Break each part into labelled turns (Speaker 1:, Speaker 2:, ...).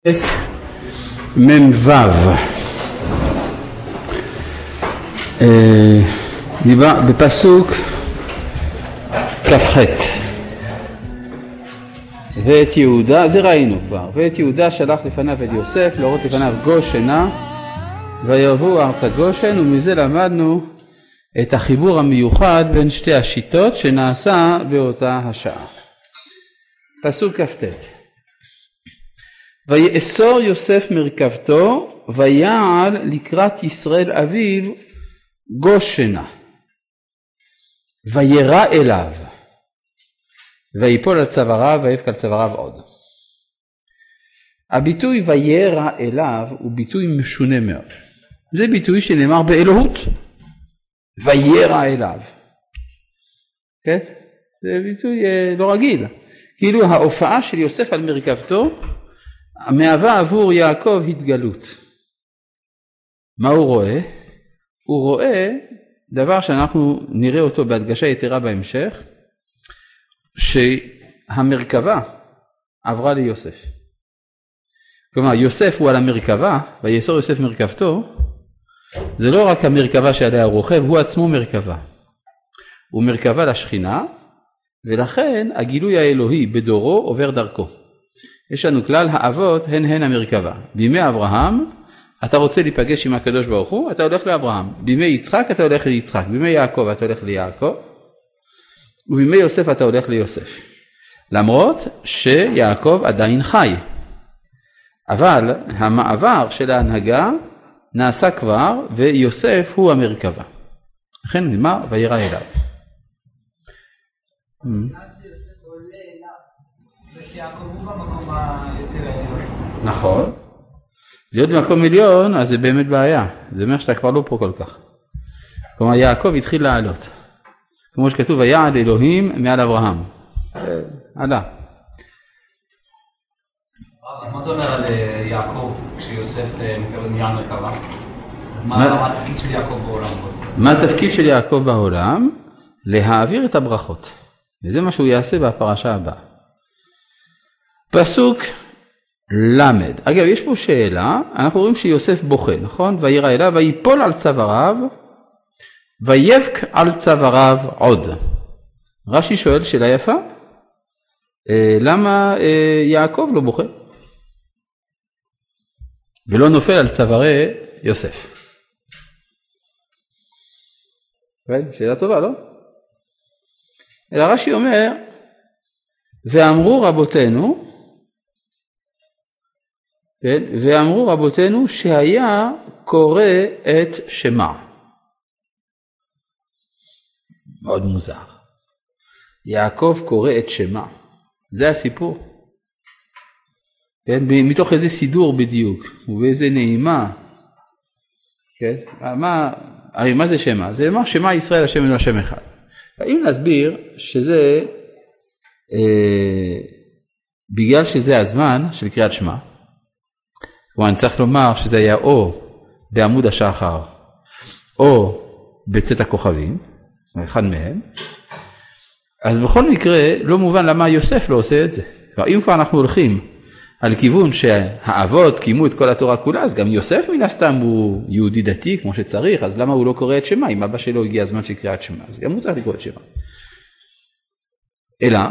Speaker 1: מ"ו בפסוק כ"ח. ואת יהודה, זה ראינו כבר, ואת יהודה שלח לפניו את יוסף להורות לפניו גושנה ויבואו ארצה גושן, ומזה למדנו את החיבור המיוחד בין שתי השיטות שנעשה באותה השעה. פסוק כ"ט. ויאסור יוסף מרכבתו ויעל לקראת ישראל אביו גושנה וירא אליו ויפול על צוואריו ויבכה על צוואריו עוד. הביטוי וירא אליו הוא ביטוי משונה מאוד. זה ביטוי שנאמר באלוהות, וירא אליו. כן? זה ביטוי לא רגיל. כאילו ההופעה של יוסף על מרכבתו מהווה עבור יעקב התגלות. מה הוא רואה? הוא רואה דבר שאנחנו נראה אותו בהדגשה יתרה בהמשך, שהמרכבה עברה ליוסף. כלומר יוסף הוא על המרכבה, ויאסור יוסף מרכבתו, זה לא רק המרכבה שעליה הוא רוכב, הוא עצמו מרכבה. הוא מרכבה לשכינה, ולכן הגילוי האלוהי בדורו עובר דרכו. יש לנו כלל, האבות הן המרכבה. בימי אברהם אתה רוצה להיפגש עם הקדוש ברוך הוא, אתה הולך לאברהם. בימי יצחק אתה הולך ליצחק. בימי יעקב אתה הולך ליעקב. ובימי יוסף אתה הולך ליוסף. למרות שיעקב עדיין חי. אבל המעבר של ההנהגה נעשה כבר, ויוסף הוא המרכבה. לכן נאמר וירא אליו. נכון. להיות במקום עליון, אז זה באמת בעיה. זה אומר שאתה כבר לא פה כל כך. כלומר יעקב התחיל לעלות. כמו שכתוב ויעל אלוהים מעל אברהם. עלה.
Speaker 2: אז מה זה אומר על יעקב כשיוסף מקבל מיד מרכבה? מה התפקיד של יעקב בעולם?
Speaker 1: מה התפקיד של יעקב בעולם? להעביר את הברכות. וזה מה שהוא יעשה בפרשה הבאה. פסוק למד. אגב, יש פה שאלה, אנחנו רואים שיוסף בוכה, נכון? וירא אליו, ויפול על צוואריו, ויבק על צוואריו עוד. רש"י שואל שאלה יפה, למה יעקב לא בוכה? ולא נופל על צווארי יוסף. שאלה טובה, לא? אלא רש"י אומר, ואמרו רבותינו שהיה קורא את שמע. מאוד מוזר. יעקב קורא את שמע. זה הסיפור. כן? מתוך איזה סידור בדיוק, ובאיזה נעימה. כן? מה זה שמע? זה אומר שמע ישראל השם אינו השם אחד. אם נסביר שזה בגלל שזה הזמן של קריאת שמע, אני צריך לומר שזה היה או בעמוד השחר או בצאת הכוכבים, אחד מהם, אז בכל מקרה לא מובן למה יוסף לא עושה את זה. אם כבר אנחנו הולכים על כיוון שהאבות קיימו את כל התורה כולה, אז גם יוסף מן הסתם הוא יהודי דתי כמו שצריך, אז למה הוא לא קורא את שמע? אם אבא שלו הגיע הזמן של קריאת שמע, אז גם הוא צריך לקרוא את שמע. אלא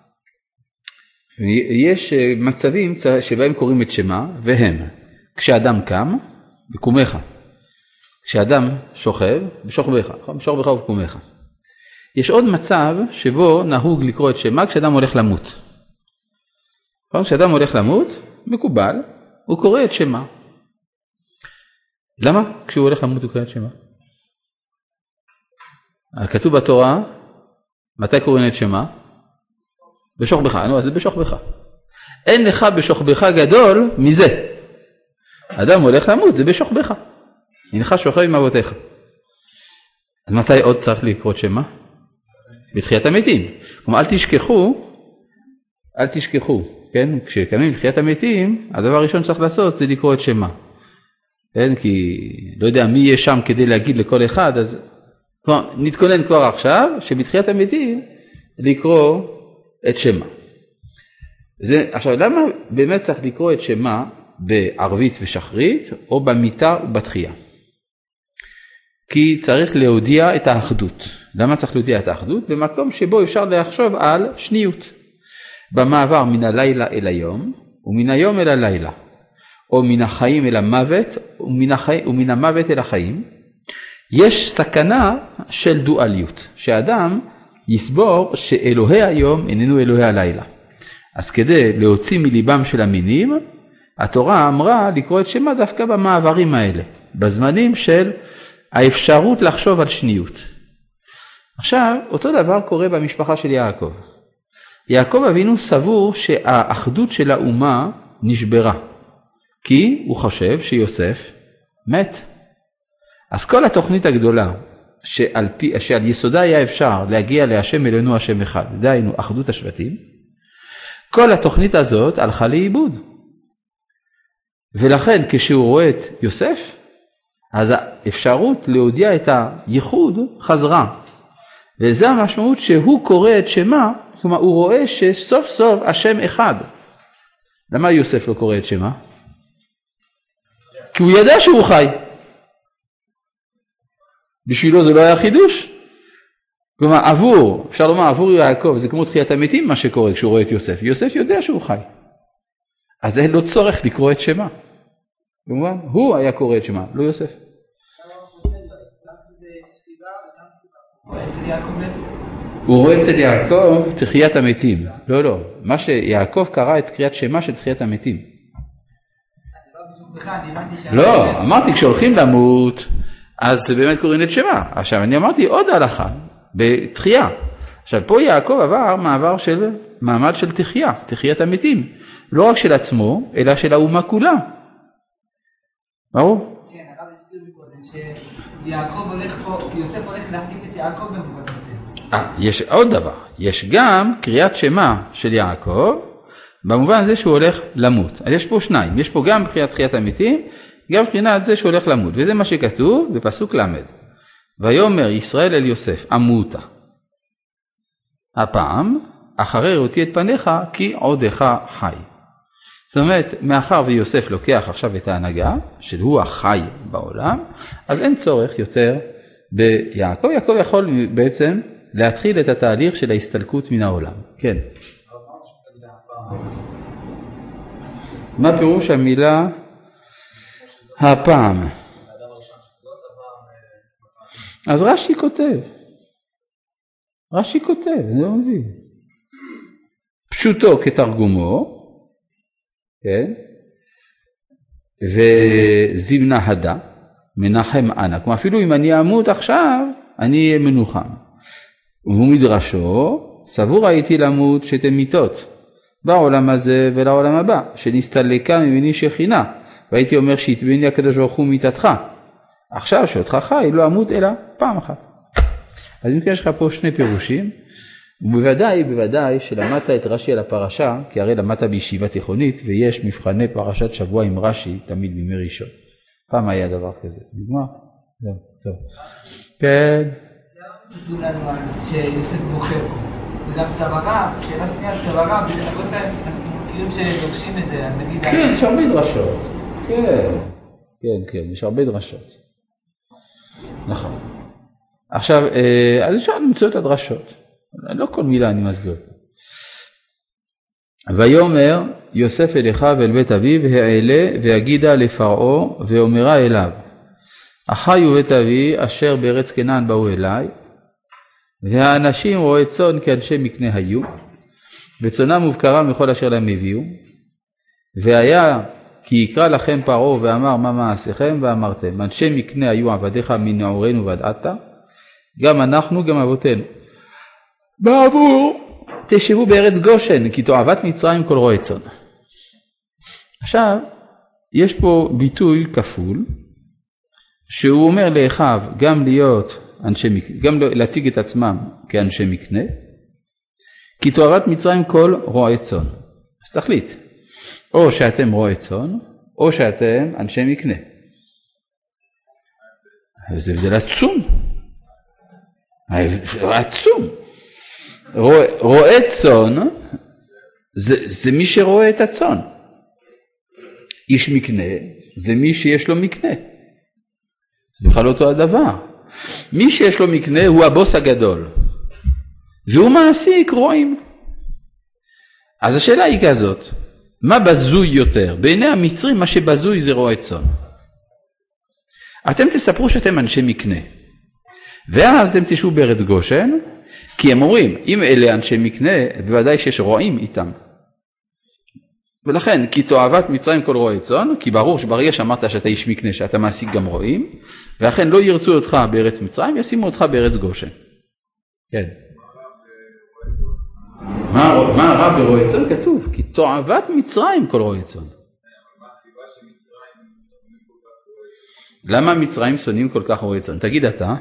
Speaker 1: יש מצבים שבהם קוראים את שמע, והם כשאדם קם בקומך, כשאדם שוכב בשוכבך, בשוכבך ובקומך. יש עוד מצב שבו נהוג לקרוא את שמע כשאדם הולך למות. כשאדם הולך למות, מקובל, הוא קורא את שמע. למה? כשהוא הולך למות הוא קורא את שמע. כתוב בתורה, מתי קוראים את שמע? בשוכבך, אז זה בשוכבך. אין לך בשוכבך גדול מזה. אדם הולך למות, זה בשוכבך. הנך שוכב עם אבותיך. אז מתי עוד צריך לקרוא את שמע? בתחיית המתים. כלומר, אל תשכחו, כן? כשקמים בתחיית המתים, הדבר הראשון שצריך לעשות זה לקרוא את שמע. כן? כי לא יודע מי יהיה שם כדי להגיד לכל אחד, אז כלומר, נתכונן כבר עכשיו שבתחיית המתים לקרוא את שמע. עכשיו, למה באמת צריך לקרוא את שמע בערבית ושחרית או במיתה ובתחייה. כי צריך להודיע את האחדות. למה צריך להודיע את האחדות? במקום שבו אפשר לחשוב על שניות. במעבר מן הלילה אל היום ומן היום אל הלילה. או מן החיים אל המוות ומן המוות אל החיים. יש סכנה של דואליות. שהאדם יסבור שאלוהי היום איננו אלוהי הלילה. אז כדי להוציא מליבם של המינים, התורה אמרה לקרוא את שמה דווקא במעברים האלה. בזמנים של האפשרות לחשוב על שניות. עכשיו, אותו דבר קורה במשפחה של יעקב. יעקב אבינו סבור שהאחדות של האומה נשברה. כי הוא חושב שיוסף מת. אז כל התוכנית הגדולה שעל יסודה היה אפשר להגיע להשם אלוהינו השם אחד, דהיינו אחדות השבטים, כל התוכנית הזאת הלכה לאיבוד. ולכן כשהוא רואה את יוסף, אז האפשרות להודיע את הייחוד חזרה. וזה המשמעות שהוא קורא את שמה, זאת אומרת הוא רואה שסוף סוף השם אחד. למה יוסף לא קורא את שמה? כי הוא ידע שהוא חי. בשבילו זה לא היה חידוש. כלומר, אפשר לומר, עבור יעקב, זה כמו תחיית המתים מה שקורה כשהוא רואה את יוסף. יוסף יודע שהוא חי. אז אין לו צורך לקרוא את שמה. כלומר, הוא היה קורא את שמה, לא יוסף. הוא רואה אצל יעקב תחיית המתים. לא. מה שיעקב קרא את קריאת שמה של תחיית המתים. לא, אמרתי כשהולכים למות, אז זה באמת קוראים את שמה. עכשיו אני אמרתי עוד הלכה, בתחייה. עכשיו פה יעקב עבר מעמד של תחיית המתים. לא רק של עצמו, אלא של האומה כולה. ברור?
Speaker 2: כן, הרב הזכיר מקודם שיעקב הולך פה, יוסף הולך להחליף את יעקב במובן הזה.
Speaker 1: יש עוד דבר. יש גם קריאת שמה של יעקב, במובן הזה שהוא הולך למות. אז יש פה שניים. יש פה גם בחיית תחיית המתים, גם בחינת זה שהוא הולך למות. וזה מה שכתוב בפסוק למד. ויאמר ישראל אל יוסף, אמותה. הפעם, אחרי ראותי את פניך, כי עודך חי. זאת אומרת, מאחר ויוסף לוקח עכשיו את ההנהגה, של הוא החי בעולם, אז אין צורך יותר ביעקב. יעקב יכול בעצם להתחיל את התהליך של ההסתלקות מן העולם. כן. מה פירוש המילה הפעם? אז רש"י כותב, אני לא מבין. פשוטו כתרגומו, כן? וזימנה הדה, מנחם אנה. כמו אפילו אם אני אמות עכשיו, אני אהיה מנוחם. ומדרשו, סבור הייתי למות שתי מיתות, בעולם הזה ולעולם הבא, שנסתלקה ממני שכינה, והייתי אומר שיתבני הקדוש ברוך הוא מיתתך. עכשיו שאותך חי, לא אמות אלא פעם אחת. אז אם כן יש לך פה שני פירושים, ובוודאי שלמדת את רש"י על הפרשה, כי הרי למדת בישיבה תיכונית, ויש מבחני פרשת שבוע עם רש"י תמיד בימי ראשון. פעם היה דבר כזה. נגמר? לא, טוב. כן.
Speaker 2: סיפור לנו שיוסף בוחר. וגם צווארה, שאלה שנייה צווארה, אנחנו מכירים שדורשים את זה, נגיד...
Speaker 1: כן, יש הרבה דרשות. כן, יש הרבה דרשות. נכון. עכשיו, אז אפשר למצוא את הדרשות. לא כל מילה אני מסביר. ויאמר יוסף אל אחיו ואל בית אביו, העלה והגידה לפרעה ואומרה אליו, אחי ובית אבי אשר בארץ כנען באו אליי, והאנשים רואי צאן כאנשי מקנה היו, וצאנם ובקרם מכל אשר להם הביאו, והיה כי יקרא לכם פרעה ואמר מה מעשיכם, ואמרתם אנשי מקנה היו עבדיך מנעורינו ועד עתה, גם אנחנו גם אבותינו. בעבור תשבו בארץ גושן, כי תועבת מצרים כל רועי צאן. עכשיו, יש פה ביטוי כפול, שהוא אומר לאחיו גם להיות אנשי מקנה, גם להציג את עצמם כאנשי מקנה, כי תועבת מצרים כל רועי צאן. אז תחליט, או שאתם רועי צאן, או שאתם אנשי מקנה. זה הבדל עצום. עצום. רועה צאן זה מי שרואה את הצאן. איש מקנה זה מי שיש לו מקנה. זה בכלל אותו הדבר. מי שיש לו מקנה הוא הבוס הגדול. והוא מעסיק רועים. אז השאלה היא כזאת, מה בזוי יותר? בעיני המצרים מה שבזוי זה רועי צאן. אתם תספרו שאתם אנשי מקנה. ואז אתם תשבו בארץ גושן, כי הם אומרים, אם אלה אנשי מקנה, בוודאי שיש רועים איתם. ולכן, כי תועבת מצרים כל רועי צאן, כי ברור שברגע שאמרת שאתה איש מקנה, שאתה מעסיק גם רועים, ואכן לא ירצו אותך בארץ מצרים, ישימו אותך בארץ גושן. כן. מה הרע ברועי צאן? כתוב, כי תועבת מצרים כל רועי צאן. למה מצרים שונאים כל כך רועי צאן? תגיד אתה.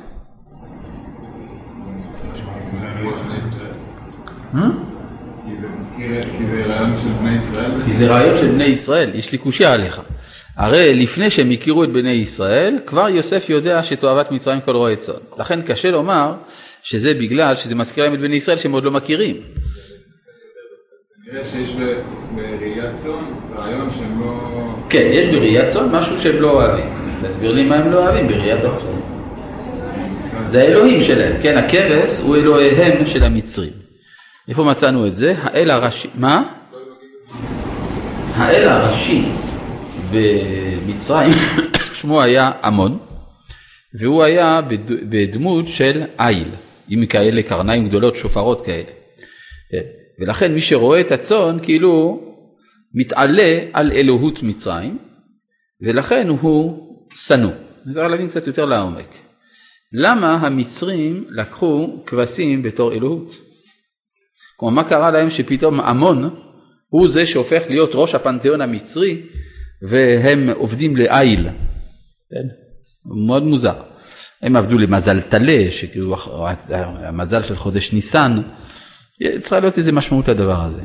Speaker 3: כי זה רעיון של בני ישראל.
Speaker 1: כי זה רעיון של בני ישראל, יש לי קושיה עליך. הרי לפני שהם הכירו את בני ישראל, כבר יוסף יודע שתועבת מצרים כל רועי צאן. לכן קשה לומר שזה בגלל שזה מזכיר להם את בני ישראל שהם עוד לא מכירים.
Speaker 3: נראה שיש בראיית צאן רעיון שהם לא...
Speaker 1: כן, יש בראיית צאן משהו שהם לא אוהבים. תסביר לי מה הם לא אוהבים בראיית הצאן. זה האלוהים שלהם, כן, הכבש הוא אלוהיהם של המצרים. איפה מצאנו את זה? האל הראשי, מה? האל הראשי במצרים שמו היה אמון, והוא היה בדמות של איל, עם כאלה קרניים גדולות, שופרות כאלה. ולכן מי שרואה את הצאן כאילו מתעלה על אלוהות מצרים, ולכן הוא שנוא. נזר להבין קצת יותר לעומק. למה המצרים לקחו כבשים בתור אלוהות? כלומר, מה קרה להם שפתאום אמון הוא זה שהופך להיות ראש הפנתיאון המצרי, והם עובדים לאיל. כן? מאוד מוזר. הם עבדו למזל תלה, שכאילו המזל של חודש ניסן. צריכה להיות איזה משמעות לדבר הזה.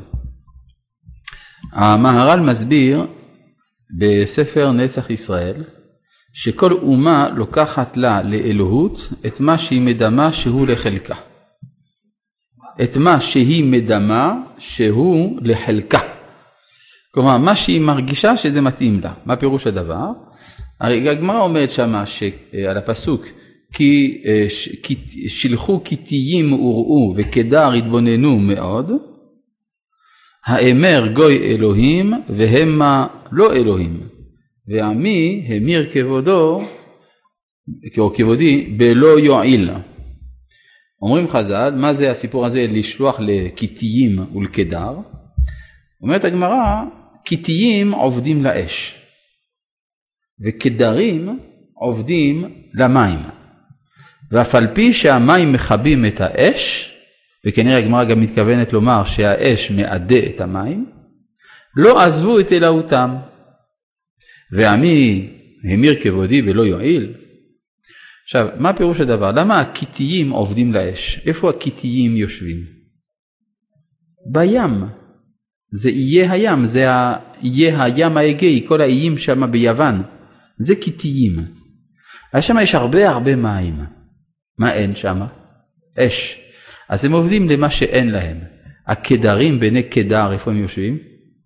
Speaker 1: המהר"ל מסביר בספר נצח ישראל, שכל אומה לוקחת לה לאלוהות את מה שהיא מדמה שהוא לחלקה. את מה שהיא מדמה שהוא לחלקה. כלומר, מה שהיא מרגישה שזה מתאים לה. מה פירוש הדבר? הרי הגמרא אומרת שמה על הפסוק, כי שילחו כתיים וראו וכדר התבוננו מאוד, האמר גוי אלוהים והמה לא אלוהים, ועמי המיר כבודו, או כבודי, בלא יועיל. אומרים חז"ל, מה זה הסיפור הזה לשלוח לכתיים ולקדר? אומרת הגמרא, כתיים עובדים לאש, וקדרים עובדים למים. ואף על פי שהמים מכבים את האש, וכנראה הגמרא גם מתכוונת לומר שהאש מעדה את המים, לא עזבו את אלוהותם. ועמי המיר כבודי ולא יועיל. עכשיו, מה פירוש הדבר? למה הכתיים עובדים לאש? איפה הכתיים יושבים? בים. זה איי הים, זה איי הים האגאי, כל האיים שם ביוון. זה כתיים. אז שם יש הרבה מים. מה אין שם? אש. אז הם עובדים למה שאין להם. הקדרים בני קדר, איפה הם יושבים?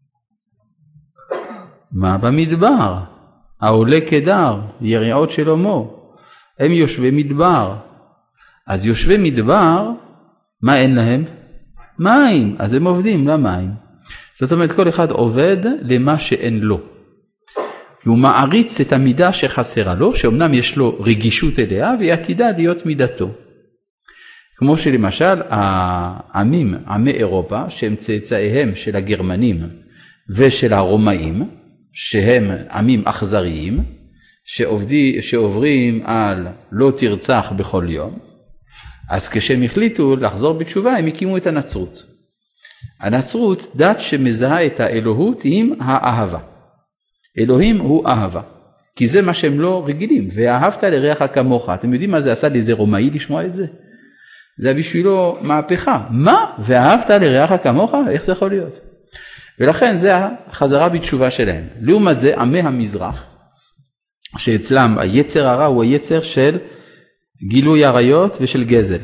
Speaker 1: מה? במדבר. העולה קדר, יריעות שלמה. הם יושבי מדבר. אז יושבי מדבר, מה אין להם? מים. אז הם עובדים למים. זאת אומרת, כל אחד עובד למה שאין לו. הוא מעריץ את המידה שחסרה לו, שאומנם יש לו רגישות אליה, והיא עתידה להיות מידתו. כמו שלמשל, העמים, עמי אירופה, שהם צאצאיהם של הגרמנים ושל הרומאים, שהם עמים אכזריים, שעוברים על לא תרצח בכל יום, אז כשהם החליטו לחזור בתשובה, הם הקימו את הנצרות. הנצרות, דת שמזהה את האלוהות עם האהבה. אלוהים הוא אהבה, כי זה מה שהם לא רגילים, ואהבת לרעך כמוך. אתם יודעים מה זה עשה לאיזה רומאי לשמוע את זה? זה בשבילו מהפכה. מה? ואהבת לרעך כמוך? איך זה יכול להיות? ולכן זה החזרה בתשובה שלהם. לעומת זה, עמי המזרח, שאצלם היצר הרע הוא היצר של גילוי עריות ושל גזל.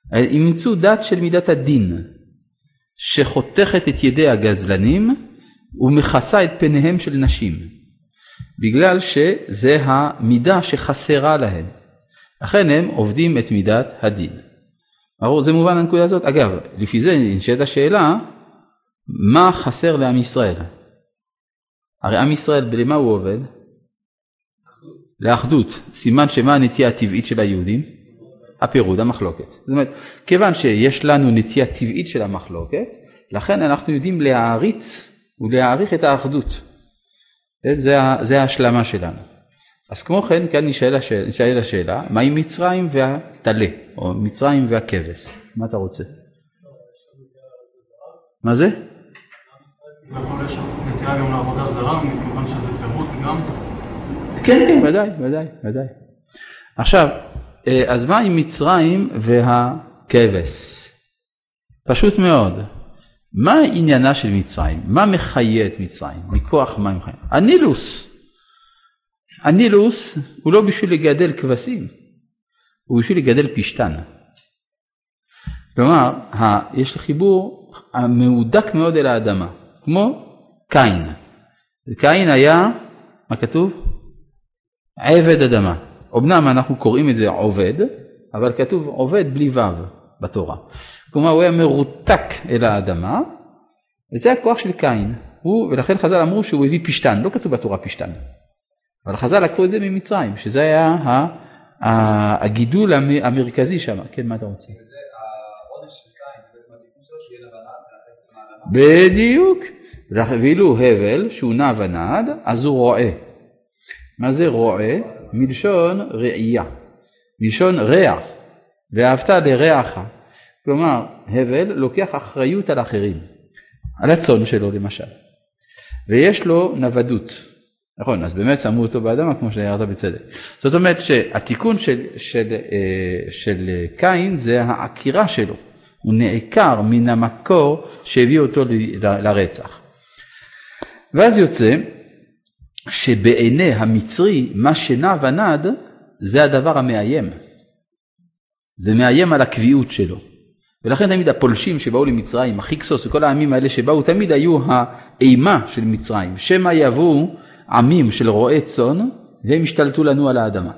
Speaker 1: אימצו דת של מידת הדין, שחותכת את ידי הגזלנים, ומכסה את פניהם של נשים, בגלל שזה המידה שחסרה להם. לכן הם עובדים את מידת הדין. זה מובן הנקודה הזאת. אגב, לפי זה נשאלת השאלה, מה חסר לעם ישראל? הרי עם ישראל, בלמה הוא עובד? לאחדות. סימן שמה הנטייה הטבעית של היהודים? הפירוד, המחלוקת. זאת אומרת, כיוון שיש לנו נטייה טבעית של המחלוקת, לכן אנחנו יודעים להעריץ ולהעריך את האחדות. זה ההשלמה שלנו. אז כמו כן, כאן נשאל השאלה, מה עם מצרים והטלה, או מצרים והכבש? מה אתה רוצה? מה זה?
Speaker 4: יכול יש נטייה גם לעבודה זרה, מכיוון שזה פירוט גם?
Speaker 1: כן, ודאי. עכשיו, אז מה עם מצרים והכבש? פשוט מאוד. מה עניינה של מצרים? מה מחיה את מצרים? מכוח מה מחיה? הנילוס הוא לא בשביל לגדל כבשים, הוא בשביל לגדל פשטן. כלומר, יש חיבור המהודק מאוד אל האדמה, כמו קין. קין היה, מה כתוב? עבד אדמה. אמנם אנחנו קוראים את זה עובד, אבל כתוב עובד בלי וו בתורה. כלומר, הוא היה מרותק אל האדמה, וזה הכוח של קין. ולכן חז"ל אמרו שהוא הביא פשטן, לא כתוב בתורה פשטן. אבל חז"ל לקחו את זה ממצרים, שזה היה הגידול המרכזי שם. כן, מה אתה רוצה?
Speaker 5: וזה העונש של קין, זה בעצם התיקון שלו, שיהיה לבנד,
Speaker 1: בדיוק. ואילו הבל, שהוא נע ונד, אז הוא רועה. מה זה רועה? מלשון ראייה. מלשון ריח. ואהבת לרעך. כלומר, הבל לוקח אחריות על אחרים. על הצאן שלו למשל. ויש לו נוודות. נכון, אז באמת שמו אותו באדמה כמו שהערת בצדק. זאת אומרת שהתיקון של קין זה העקירה שלו. הוא נעקר מן המקור שהביא אותו לרצח. ואז יוצא שבעיני המצרי מה שנע ונד זה הדבר המאיים. זה מאיים על הקביעות שלו. ולכן תמיד הפולשים שבאו למצרים, החיקסוס וכל העמים האלה שבאו, תמיד היו האימה של מצרים. שמא יבואו עמים של רועי צאן והם השתלטו לנו על האדמה.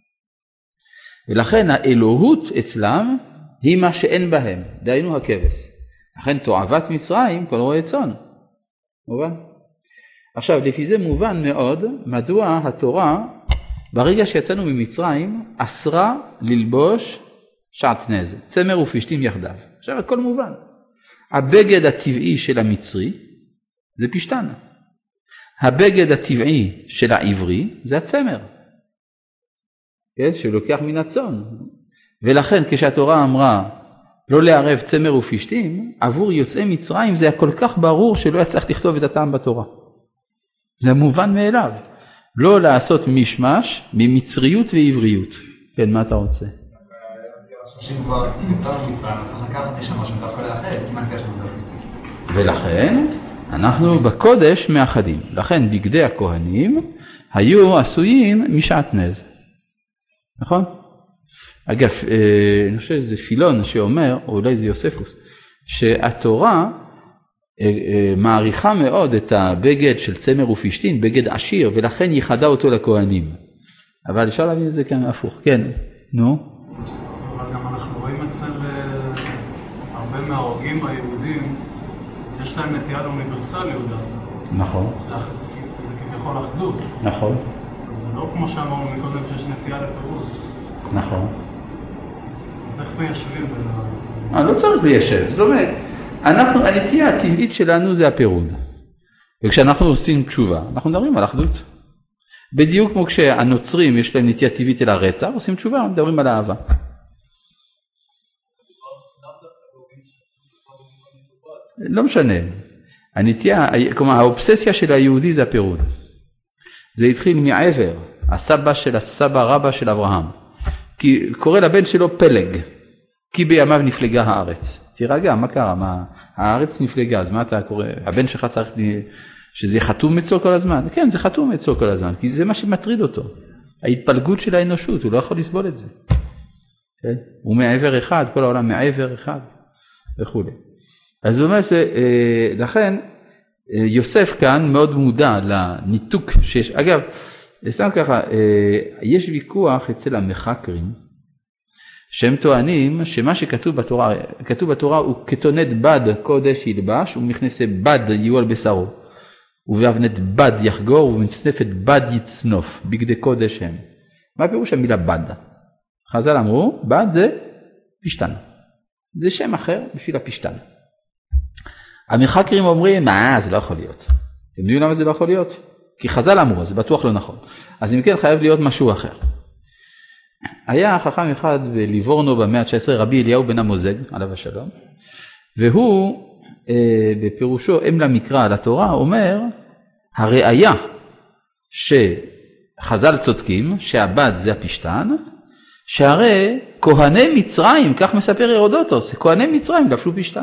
Speaker 1: ולכן האלוהות אצלם היא מה שאין בהם, דהיינו הכבש. לכן תועבת מצרים כל רועי צאן. מובן? עכשיו, לפי זה מובן מאוד מדוע התורה ברגע שיצאנו ממצרים אסרה ללבוש שעטנז, צמר ופשתים יחדיו. עכשיו הכל מובן. הבגד הטבעי של המצרי זה פשתן. הבגד הטבעי של העברי זה הצמר. כן? שלוקח מן הצאן. ולכן כשהתורה אמרה לא לערב צמר ופשתים, עבור יוצאי מצרים זה היה כל כך ברור שלא היה צריך לכתוב את הטעם בתורה. זה מובן מאליו. לא לעשות משמש ממצריות ועבריות. כן, מה אתה רוצה?
Speaker 5: שאם כבר יצאנו מצרים, צריך לקחת משם משהו דווקא לאחרת, מה לפי השם דווקא?
Speaker 1: ולכן אנחנו בקודש מאחדים. לכן בגדי הכהנים היו עשויים משעטנז. נכון? אגב, אני חושב שזה פילון שאומר, או אולי זה יוספוס, שהתורה מעריכה מאוד את הבגד של צמר ופשתין, בגד עשיר, ולכן ייחדה אותו לכהנים. אבל אפשר להבין את זה כאן הפוך. כן, נו.
Speaker 4: אבל גם אנחנו רואים אצל הרבה מההוגים היהודים, יש להם נטייה לאוניברסליות.
Speaker 1: נכון.
Speaker 4: זה כביכול אחדות.
Speaker 1: נכון.
Speaker 4: זה לא כמו שאמרנו מקודם שיש נטייה לפירוד.
Speaker 1: נכון.
Speaker 4: אז איך מיישבים בין
Speaker 1: לא צריך ליישב. זאת אומרת, הנטייה הטבעית שלנו זה הפירוד. וכשאנחנו עושים תשובה, אנחנו מדברים על אחדות. בדיוק כמו כשהנוצרים יש להם נטייה טבעית אל הרצח, עושים תשובה, מדברים על אהבה. לא משנה. הנטייה, כלומר, האובססיה של היהודי זה הפירוד. זה התחיל מעבר, הסבא של הסבא רבא של אברהם. כי קורא לבן שלו פלג, כי בימיו נפלגה הארץ. תירגע, מה קרה? הארץ נפלגה, אז מה אתה קורא? הבן שלך צריך שזה חתום אצלו כל הזמן? כן, זה חתום אצלו כל הזמן, כי זה מה שמטריד אותו. ההתפלגות של האנושות, הוא לא יכול לסבול את זה. כן? הוא מעבר אחד, כל העולם מעבר אחד, וכו'. אז זאת אומרת, לכן, יוסף כאן מאוד מודע לניתוק שיש, אגב, סתם ככה, יש ויכוח אצל המחקרים, שהם טוענים שמה שכתוב בתורה הוא כתונת בד קודש ילבש ומכנסי בד יהיו על בשרו ובאבנת בד יחגור ומצנפת בד יצנוף בגדי קודש הם. מה פירוש המילה בד? חז"ל אמרו בד זה פשטן, זה שם אחר בשביל הפשטן. המחקרים אומרים מה זה לא יכול להיות. אתם יודעים למה זה לא יכול להיות? כי חז"ל אמרו, זה בטוח לא נכון. אז אם כן חייב להיות משהו אחר. היה חכם אחד בליבורנו במאה ה-19, רבי אליהו בן המוזג, עליו השלום, והוא בפירושו אם למקרא על התורה אומר, הראיה שחז"ל צודקים, שהבד זה הפשטן, שהרי כהני מצרים, כך מספר הרודוטוס, כהני מצרים לבשו פשטן.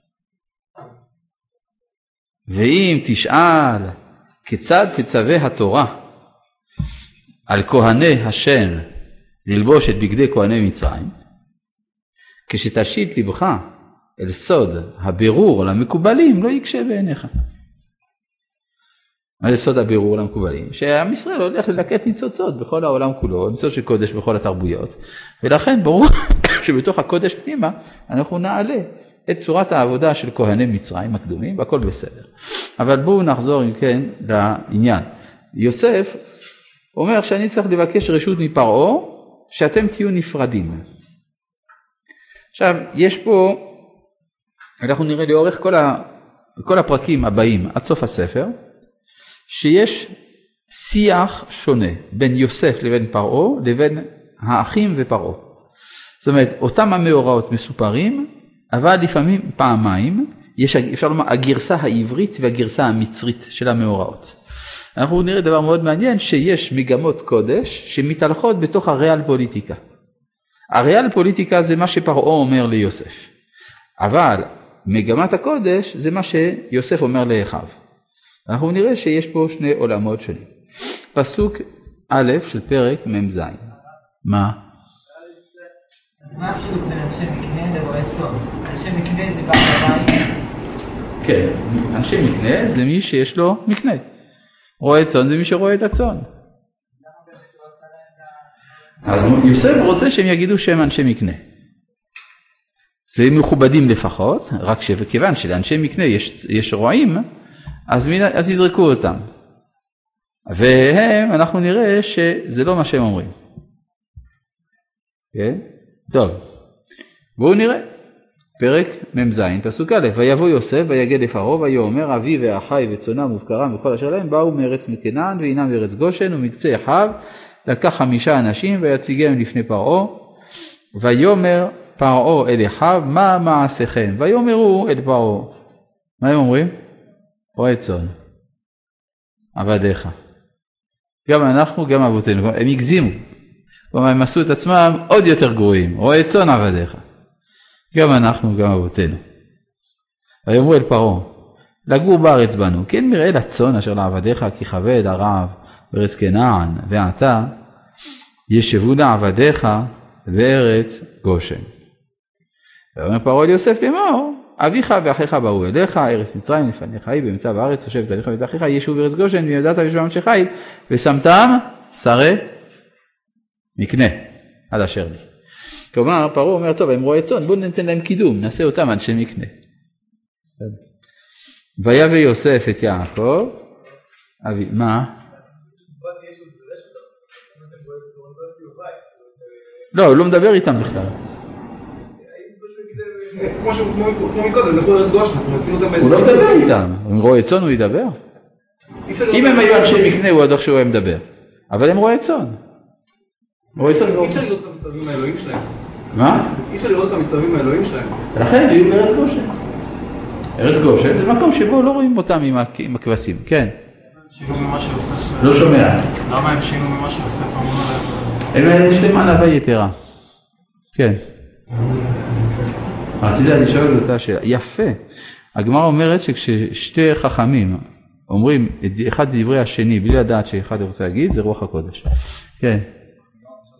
Speaker 1: ואם תשאל כיצד תצווה התורה על כהני השם ללבוש את בגדי כהני מצרים, כשתשית לבך אל סוד הבירור למקובלים לא יקשה בעיניך. מה זה סוד הבירור למקובלים? שעם ישראל הולך ללקט ניצוצות בכל העולם כולו, ניצוץ של קודש בכל התרבויות, ולכן ברור שבתוך הקודש פנימה אנחנו נעלה את צורת העבודה של כהני מצרים הקדומים, והכל בסדר. אבל בואו נחזור אם כן לעניין. יוסף אומר שאני צריך לבקש רשות מפרעה, שאתם תהיו נפרדים. עכשיו, יש פה, אנחנו נראה לאורך כל הפרקים הבאים עד סוף הספר, שיש שיח שונה בין יוסף לבין פרעה, לבין האחים ופרעה. זאת אומרת, אותם המאורעות מסופרים, אבל לפעמים פעמיים, יש, אפשר לומר, הגרסה העברית והגרסה המצרית של המאורעות. אנחנו נראה דבר מאוד מעניין, שיש מגמות קודש שמתהלכות בתוך הריאל פוליטיקה. הריאל פוליטיקה זה מה שפרעה אומר ליוסף. אבל מגמת הקודש זה מה שיוסף אומר לאחיו. אנחנו נראה שיש פה שני עולמות שונים. פסוק א' של פרק מ"ז. מה?
Speaker 2: מה אפילו בין אנשי מקנה לרועי צאן? אנשי מקנה זה בעל הבית?
Speaker 1: כן, אנשי מקנה זה מי שיש לו מקנה. רועי צאן זה מי שרואה את הצאן. אז יוסף רוצה שהם יגידו שהם אנשי מקנה. זה מכובדים לפחות, רק שכיוון שלאנשי מקנה יש רועים, אז יזרקו אותם. והם, אנחנו נראה שזה לא מה שהם אומרים. כן? טוב, בואו נראה. פרק מ"ז, פסוק א', ויבוא יוסף ויגד לפרעה ויאמר אבי ואחי וצאנם ובקרם וכל אשר להם באו מארץ מכנען והינם בארץ גושן ומקצה אחיו לקח 5 אנשים ויציגם לפני פרעה ויאמר פרעה אל אחיו מה מעשיכם ויאמרו אל פרעה. מה הם אומרים? רועי צאן, עבדיך. גם אנחנו גם אבותינו, הם הגזימו, הם עשו את עצמם עוד יותר גרועים, רועי צאן עבדיך. גם אנחנו, גם אבותינו. ויאמרו אל פרעה, לגור בארץ בנו, כן מראה לצאן אשר לעבדיך, כי כבד הרעב בארץ כנען, ועתה ישבו לעבדיך בארץ גושן. ואומר פרעה אל יוסף לאמור, אביך ואחיך באו אליך, ארץ מצרים לפניך היא, במצב הארץ יושבת אביך ואת אחיך, ישבו בארץ גושן, וידעת ושבע אנשי חיל, ושמתם שרי מקנה עד אשר לי. כלומר, פרעה אומר, טוב, הם רועי צאן, בואו ניתן להם קידום, נעשה אותם אנשי מקנה. ויבא יוסף את יעקב, אבי, מה? לא, הוא לא מדבר איתם בכלל.
Speaker 5: כמו מקודם, לכו ארץ גושן, אז נשים אותם באיזה...
Speaker 1: הוא לא מדבר איתם, הם רועי צאן הוא ידבר. אם הם היו אנשי מקנה, הוא עד שהוא מדבר. אבל הם רועי צאן.
Speaker 5: אי אפשר לראות את המסתובבים האלוהים שלהם.
Speaker 1: מה?
Speaker 5: אי אפשר לראות את המסתובבים האלוהים שלהם.
Speaker 1: לכן היו בארץ גושן. ארץ גושן זה מקום שבו לא רואים אותם עם הכבשים, כן.
Speaker 4: שינו ממה שיוסף...
Speaker 1: לא שומע.
Speaker 4: למה הם שינו ממה שיוסף אמרו להם?
Speaker 1: יש להם ענווה יתרה. כן. רציתי לשאול אותה שאלה. יפה. הגמרא אומרת שכששתי חכמים אומרים אחד דברי השני בלי לדעת שאחד רוצה להגיד, זה רוח הקודש. כן.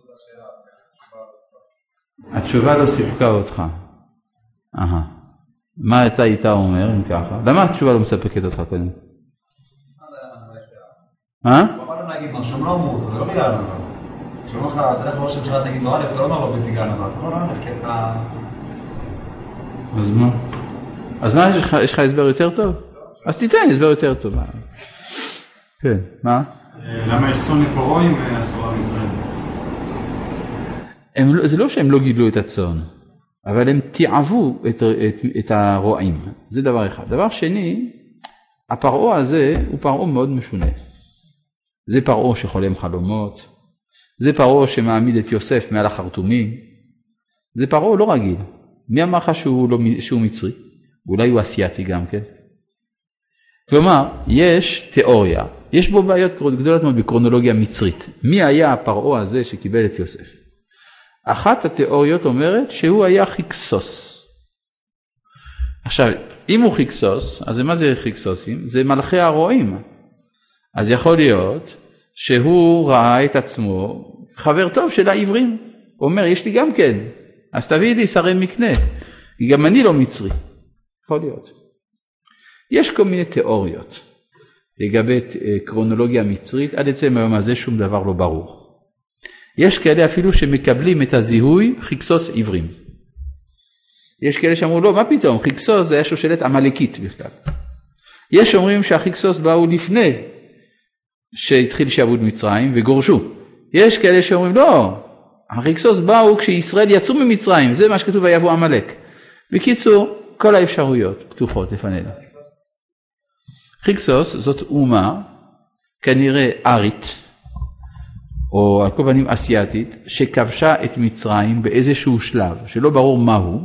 Speaker 1: התשובה לא סיפקה אותך. מה אתה איתה אומר אם ככה? למה התשובה לא מספקת אותך קודם?
Speaker 5: הוא אמר להם להגיד משהו, הם לא אמרו אותו, זה לא בגלל ענווה. כשאומר לך, בטח ראש הממשלה תגיד לו א', אתה לא אומר לו בגלל ענווה, אתה אומר לו א', כי אתה...
Speaker 1: אז מה? אז מה, יש לך הסבר יותר טוב? אז תיתן הסבר יותר טוב. כן, מה?
Speaker 4: למה יש צאן לפרעה ואסור למצרים?
Speaker 1: זה לא שהם לא גידלו את הצאן, אבל הם תיעבו את הרועים. זה דבר אחד. דבר שני, הפרעה הזה הוא פרעה מאוד משונה. זה פרעה שחולם חלומות, זה פרעה שמעמיד את יוסף מעל החרטומים, זה פרעה לא רגיל. מי אמר לך שהוא מצרי? אולי הוא אסיאתי גם כן. כלומר, יש תיאוריה, יש בו בעיות גדולות מאוד בקרונולוגיה מצרית. מי היה הפרעה הזה שקיבל את יוסף? אחת התיאוריות אומרת שהוא היה חיקסוס. עכשיו, אם הוא חיקסוס, אז מה זה חיקסוסים? זה מלכי הרועים. אז יכול להיות שהוא ראה את עצמו חבר טוב של העברים. הוא אומר, יש לי גם כן, אז תביא לי שרי מקנה. גם אני לא מצרי. יכול להיות. יש כל מיני תיאוריות לגבי קרונולוגיה מצרית, עד עצם היום הזה שום דבר לא ברור. יש כאלה אפילו שמקבלים את הזיהוי חיקסוס עברים. יש כאלה שאמרו, לא, מה פתאום? חיקסוס זה היה שושלת עמלקית בכלל. יש שאומרים שהחיקסוס באו לפני שהתחיל שעבוד מצרים וגורשו. יש כאלה שאומרים, לא, החיקסוס באו כשישראל יצאו ממצרים, זה מה שכתוב ויבוא עמלק. בקיצור, כל האפשרויות פתוחות לפנינו. חיקסוס זאת אומה, כנראה ארית, או על כל פנים אסיאתית, שכבשה את מצרים באיזשהו שלב, שלא ברור מהו,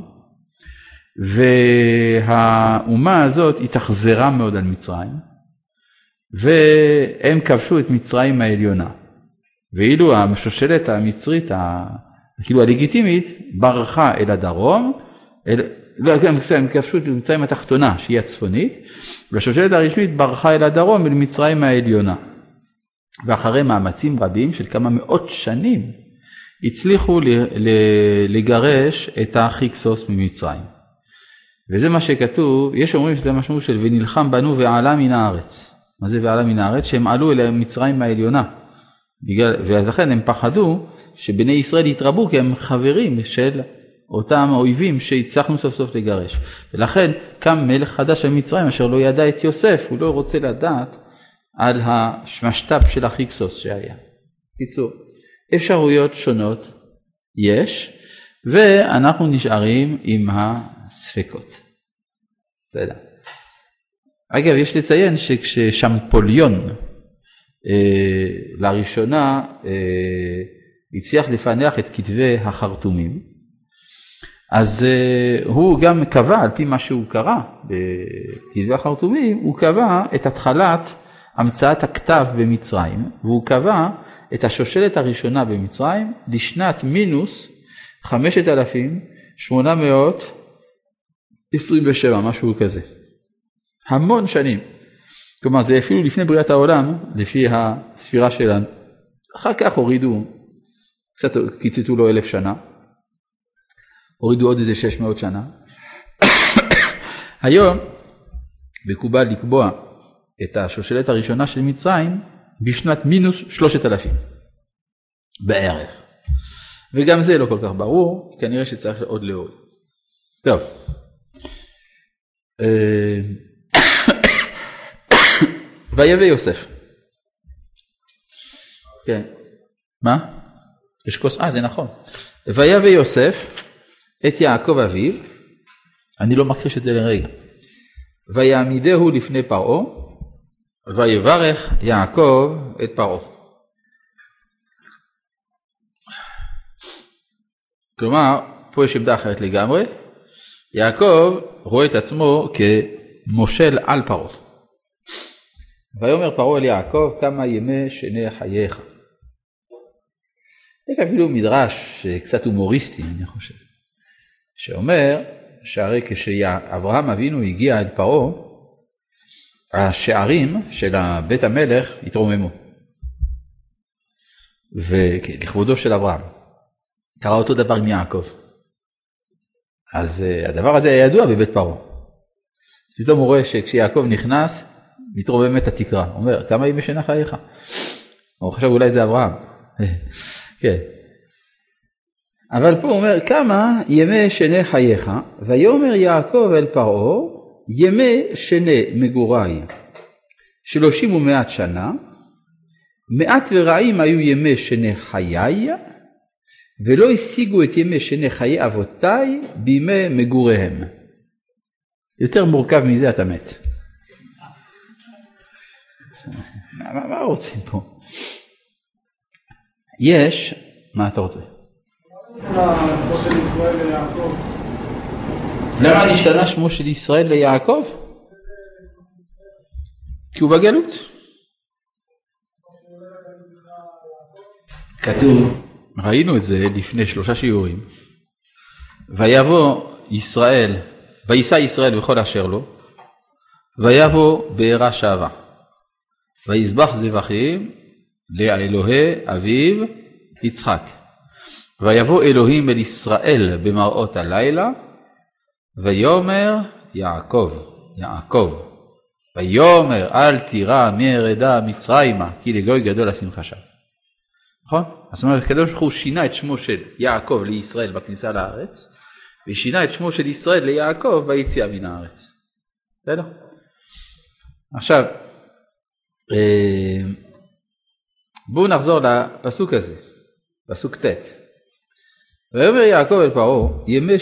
Speaker 1: והאומה הזאת התאכזרה מאוד על מצרים, והם כבשו את מצרים העליונה. ואילו השושלת המצרית, כאילו הלגיטימית, ברחה אל הדרום, הם כבשו את מצרים התחתונה, שהיא הצפונית, והשושלת הרשמית ברחה אל הדרום, אל מצרים העליונה. ואחרי מאמצים רבים של כמה מאות שנים, הצליחו לגרש את החיקסוס ממצרים. וזה מה שכתוב, יש אומרים שזה משמעות של ונלחם בנו ועלה מן הארץ. מה זה ועלה מן הארץ? שהם עלו אל מצרים העליונה. ולכן הם פחדו שבני ישראל יתרבו כי הם חברים של אותם האויבים שהצלחנו סוף סוף לגרש. ולכן קם מלך חדש על מצרים אשר לא ידע את יוסף, הוא לא רוצה לדעת על המשת"פ של החיקסוס שהיה. קיצור, אפשרויות שונות יש, ואנחנו נשארים עם הספקות. בסדר. אגב, יש לציין שכששמפוליון לראשונה הצליח לפענח את כתבי החרטומים, אז הוא גם קבע, על פי מה שהוא קרא בכתבי החרטומים, הוא קבע את התחלת המצאת הכתב במצרים, והוא קבע את השושלת הראשונה במצרים לשנת מינוס 5,827, משהו כזה. המון שנים. כלומר, זה אפילו לפני בריאת העולם, לפי הספירה שלנו. אחר כך הורידו, קצת קיצצו לו 1,000 שנה, הורידו עוד איזה 600 שנה. היום מקובל לקבוע את השושלת הראשונה של מצרים בשנת מינוס 3,000 בערך. וגם זה לא כל כך ברור, כנראה שצריך עוד להוריד. טוב. ויבא יוסף. כן. מה? יש כוס, זה נכון. ויבא יוסף את יעקב אביו, אני לא מכחיש את זה לרגע. ויעמידהו לפני פרעה, ויברך יעקב את פרעה. כלומר, פה יש עמדה אחרת לגמרי. יעקב רואה את עצמו כמושל על פרעה. ויאמר פרעה אל יעקב, כמה ימי שני חייך. יש אפילו מדרש קצת הומוריסטי, אני חושב, שאומר שהרי כשאברהם אבינו הגיע אל פרעה, השערים של בית המלך התרוממו. ולכבודו של אברהם. קרה אותו דבר עם יעקב. אז הדבר הזה היה ידוע בבית פרעה. פתאום הוא רואה שכשיעקב נכנס, מתרוממת התקרה. הוא אומר, כמה ימי שנה חייך? הוא חשב אולי זה אברהם. כן. אבל פה הוא אומר, כמה ימי שנה חייך? ויאמר יעקב אל פרעה, ימי שנה מגוריי 30 ומעט שנה, מעט ורעים היו ימי שנה חיי, ולא השיגו את ימי שנה חיי אבותיי בימי מגוריהם. יותר מורכב מזה אתה מת. מה רוצים פה? יש, מה אתה רוצה? למה נשתנה שמו של ישראל ליעקב? כי הוא בגלות. כתוב, ראינו את זה לפני 3 שיעורים. ויבוא ישראל, וייסע ישראל בכל אשר לו, ויבוא בעירה שעבה. ויזבח זבחים לאלוהי אביו יצחק. ויבוא אלוהים אל ישראל במראות הלילה, ויאמר יעקב, יעקב. ויאמר אל תירא מירדה מצרימה, כי לגוי גדול השמחה שם. נכון? זאת אומרת, הקדוש ברוך הוא שינה את שמו של יעקב לישראל בכניסה לארץ, ושינה את שמו של ישראל ליעקב ביציאה מן הארץ. בסדר? עכשיו, בואו נחזור לפסוק הזה, פסוק ט'. ויאמר יעקב אל פרעה,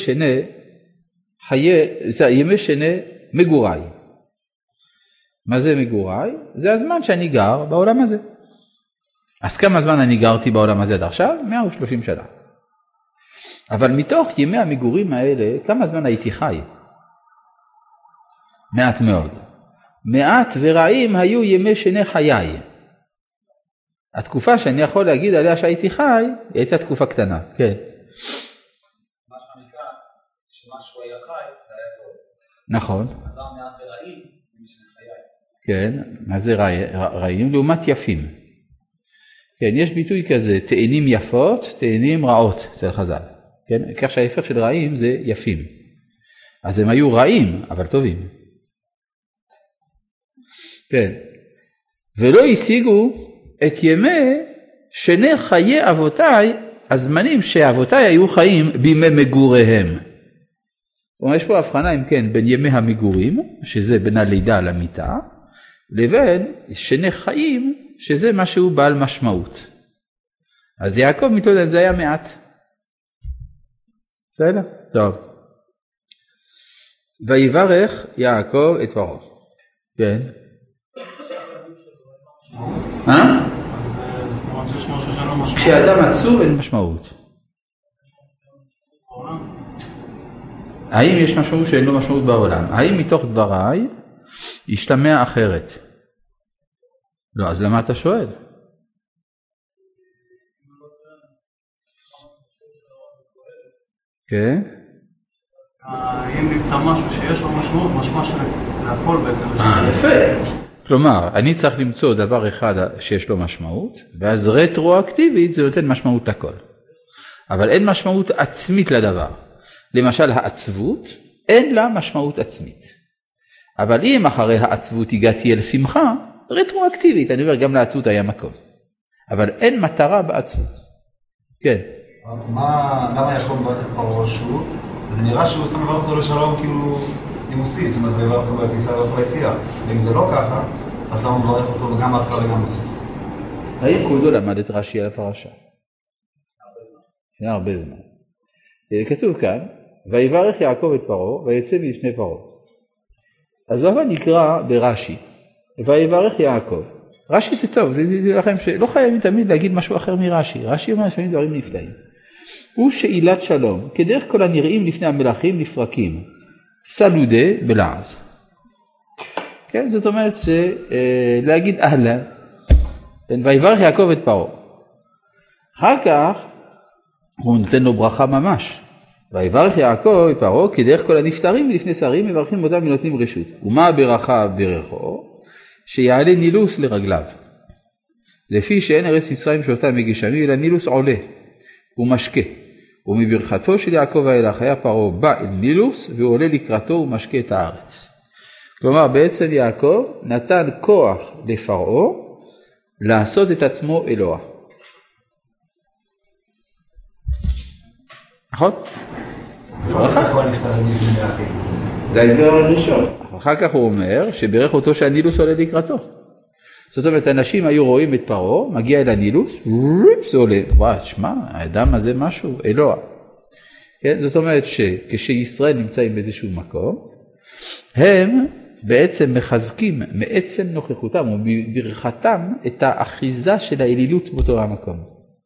Speaker 1: ימי שנה מגוריי. מה זה מגוריי? זה הזמן שאני גר בעולם הזה. אז כמה זמן אני גרתי בעולם הזה עד עכשיו? 130 שנה. אבל מתוך ימי המגורים האלה, כמה זמן הייתי חי? מעט מאוד. מעט ורעים היו ימי שנה חיי. התקופה שאני יכול להגיד עליה שהייתי חי, היא הייתה תקופה קטנה. כן.
Speaker 5: מה שמקרא, שמשהו היה חי, זה היה טוב.
Speaker 1: נכון.
Speaker 5: אז לא מעט ורעים, ימי שנה חיי.
Speaker 1: כן, מה זה רעים? לעומת יפים. כן, יש ביטוי כזה, תאנים יפות, תאנים רעות, אצל חז"ל. כן, כך שההפך של רעים זה יפים. אז הם היו רעים, אבל טובים. כן. ולא השיגו את ימי שנה חיי אבותיי, הזמנים שאבותיי היו חיים בימי מגוריהם. כלומר, יש פה הבחנה, אם כן, בין ימי המגורים, שזה בין הלידה למיטה, לבין שנה חיים, שזה משהו בעל משמעות. אז יעקב מתלונן, זה היה מעט. בסדר? טוב. ויברך יעקב את פרעה. כן.
Speaker 4: אז זאת אומרת שיש משהו שאין לו משמעות.
Speaker 1: כשאדם עצוב אין משמעות. האם יש משמעות שאין לו משמעות בעולם? האם מתוך דבריי ישתמע אחרת? לא, אז למה אתה שואל? כן?
Speaker 4: אם נמצא משהו שיש לו משמעות, משמע שלהכל בעצם.
Speaker 1: יפה. כלומר, אני צריך למצוא דבר אחד שיש לו משמעות, ואז רטרואקטיבית זה נותן משמעות לכל. אבל אין משמעות עצמית לדבר. למשל, העצבות, אין לה משמעות עצמית. אבל אם אחרי העצבות הגעתי אל שמחה, רטרואקטיבית, אני אומר, גם לעצבות היה מקום. אבל אין מטרה בעצבות. כן.
Speaker 5: למה יעקב מברך את פרעה שוב? זה נראה שהוא שם מברך אותו לשלום כאילו נימוסי, זאת אומרת, מברך אותו בכניסה ואותו ביציאה. ואם זה לא ככה, אז למה מברך אותו גם בהתחלה וגם בסוף?
Speaker 1: האם כבודו למד את רש"י על הפרשה? הרבה זמן. כתוב כאן, ויברך יעקב את פרעה ויצא מלפני פרעה. אז אבל נקרא ברש"י, ויברך יעקב. רש"י זה טוב, זה לכם שלא חייבים תמיד להגיד משהו אחר מרש"י. רש"י אומר לפעמים דברים נפלאים. הוא שאילת שלום, כדרך כל הנראים לפני המלאכים לפרקים, סלודה בלעז. כן, זאת אומרת להגיד אהלן, ויברך יעקב את פרעה. אחר כך הוא נותן לו ברכה ממש. ויברך יעקב את פרעה, כדרך כל הנפטרים לפני שרים מברכים אותם ונותנים רשות. ומה הברכה ברכו? שיעלה נילוס לרגליו. לפי שאין ארץ מצרים שאותה מגשמים, אלא נילוס עולה ומשקה. ומברכתו של יעקב האלך היה פרעה בא אל נילוס ועולה לקראתו ומשקה את הארץ. כלומר, בעצם יעקב נתן כוח לפרעה לעשות את עצמו אלוה. נכון? זה ההסבר הראשון. אחר כך הוא אומר שברך אותו שהנילוס עולה לקראתו. זאת אומרת, אנשים היו רואים את פרעה, מגיע אל הנילוס, זה עולה. וואו, תשמע, האדם הזה משהו, אלוה. כן? זאת אומרת שכשישראל נמצאים באיזשהו מקום, הם בעצם מחזקים מעצם נוכחותם ובברכתם את האחיזה של האלילות באותו המקום.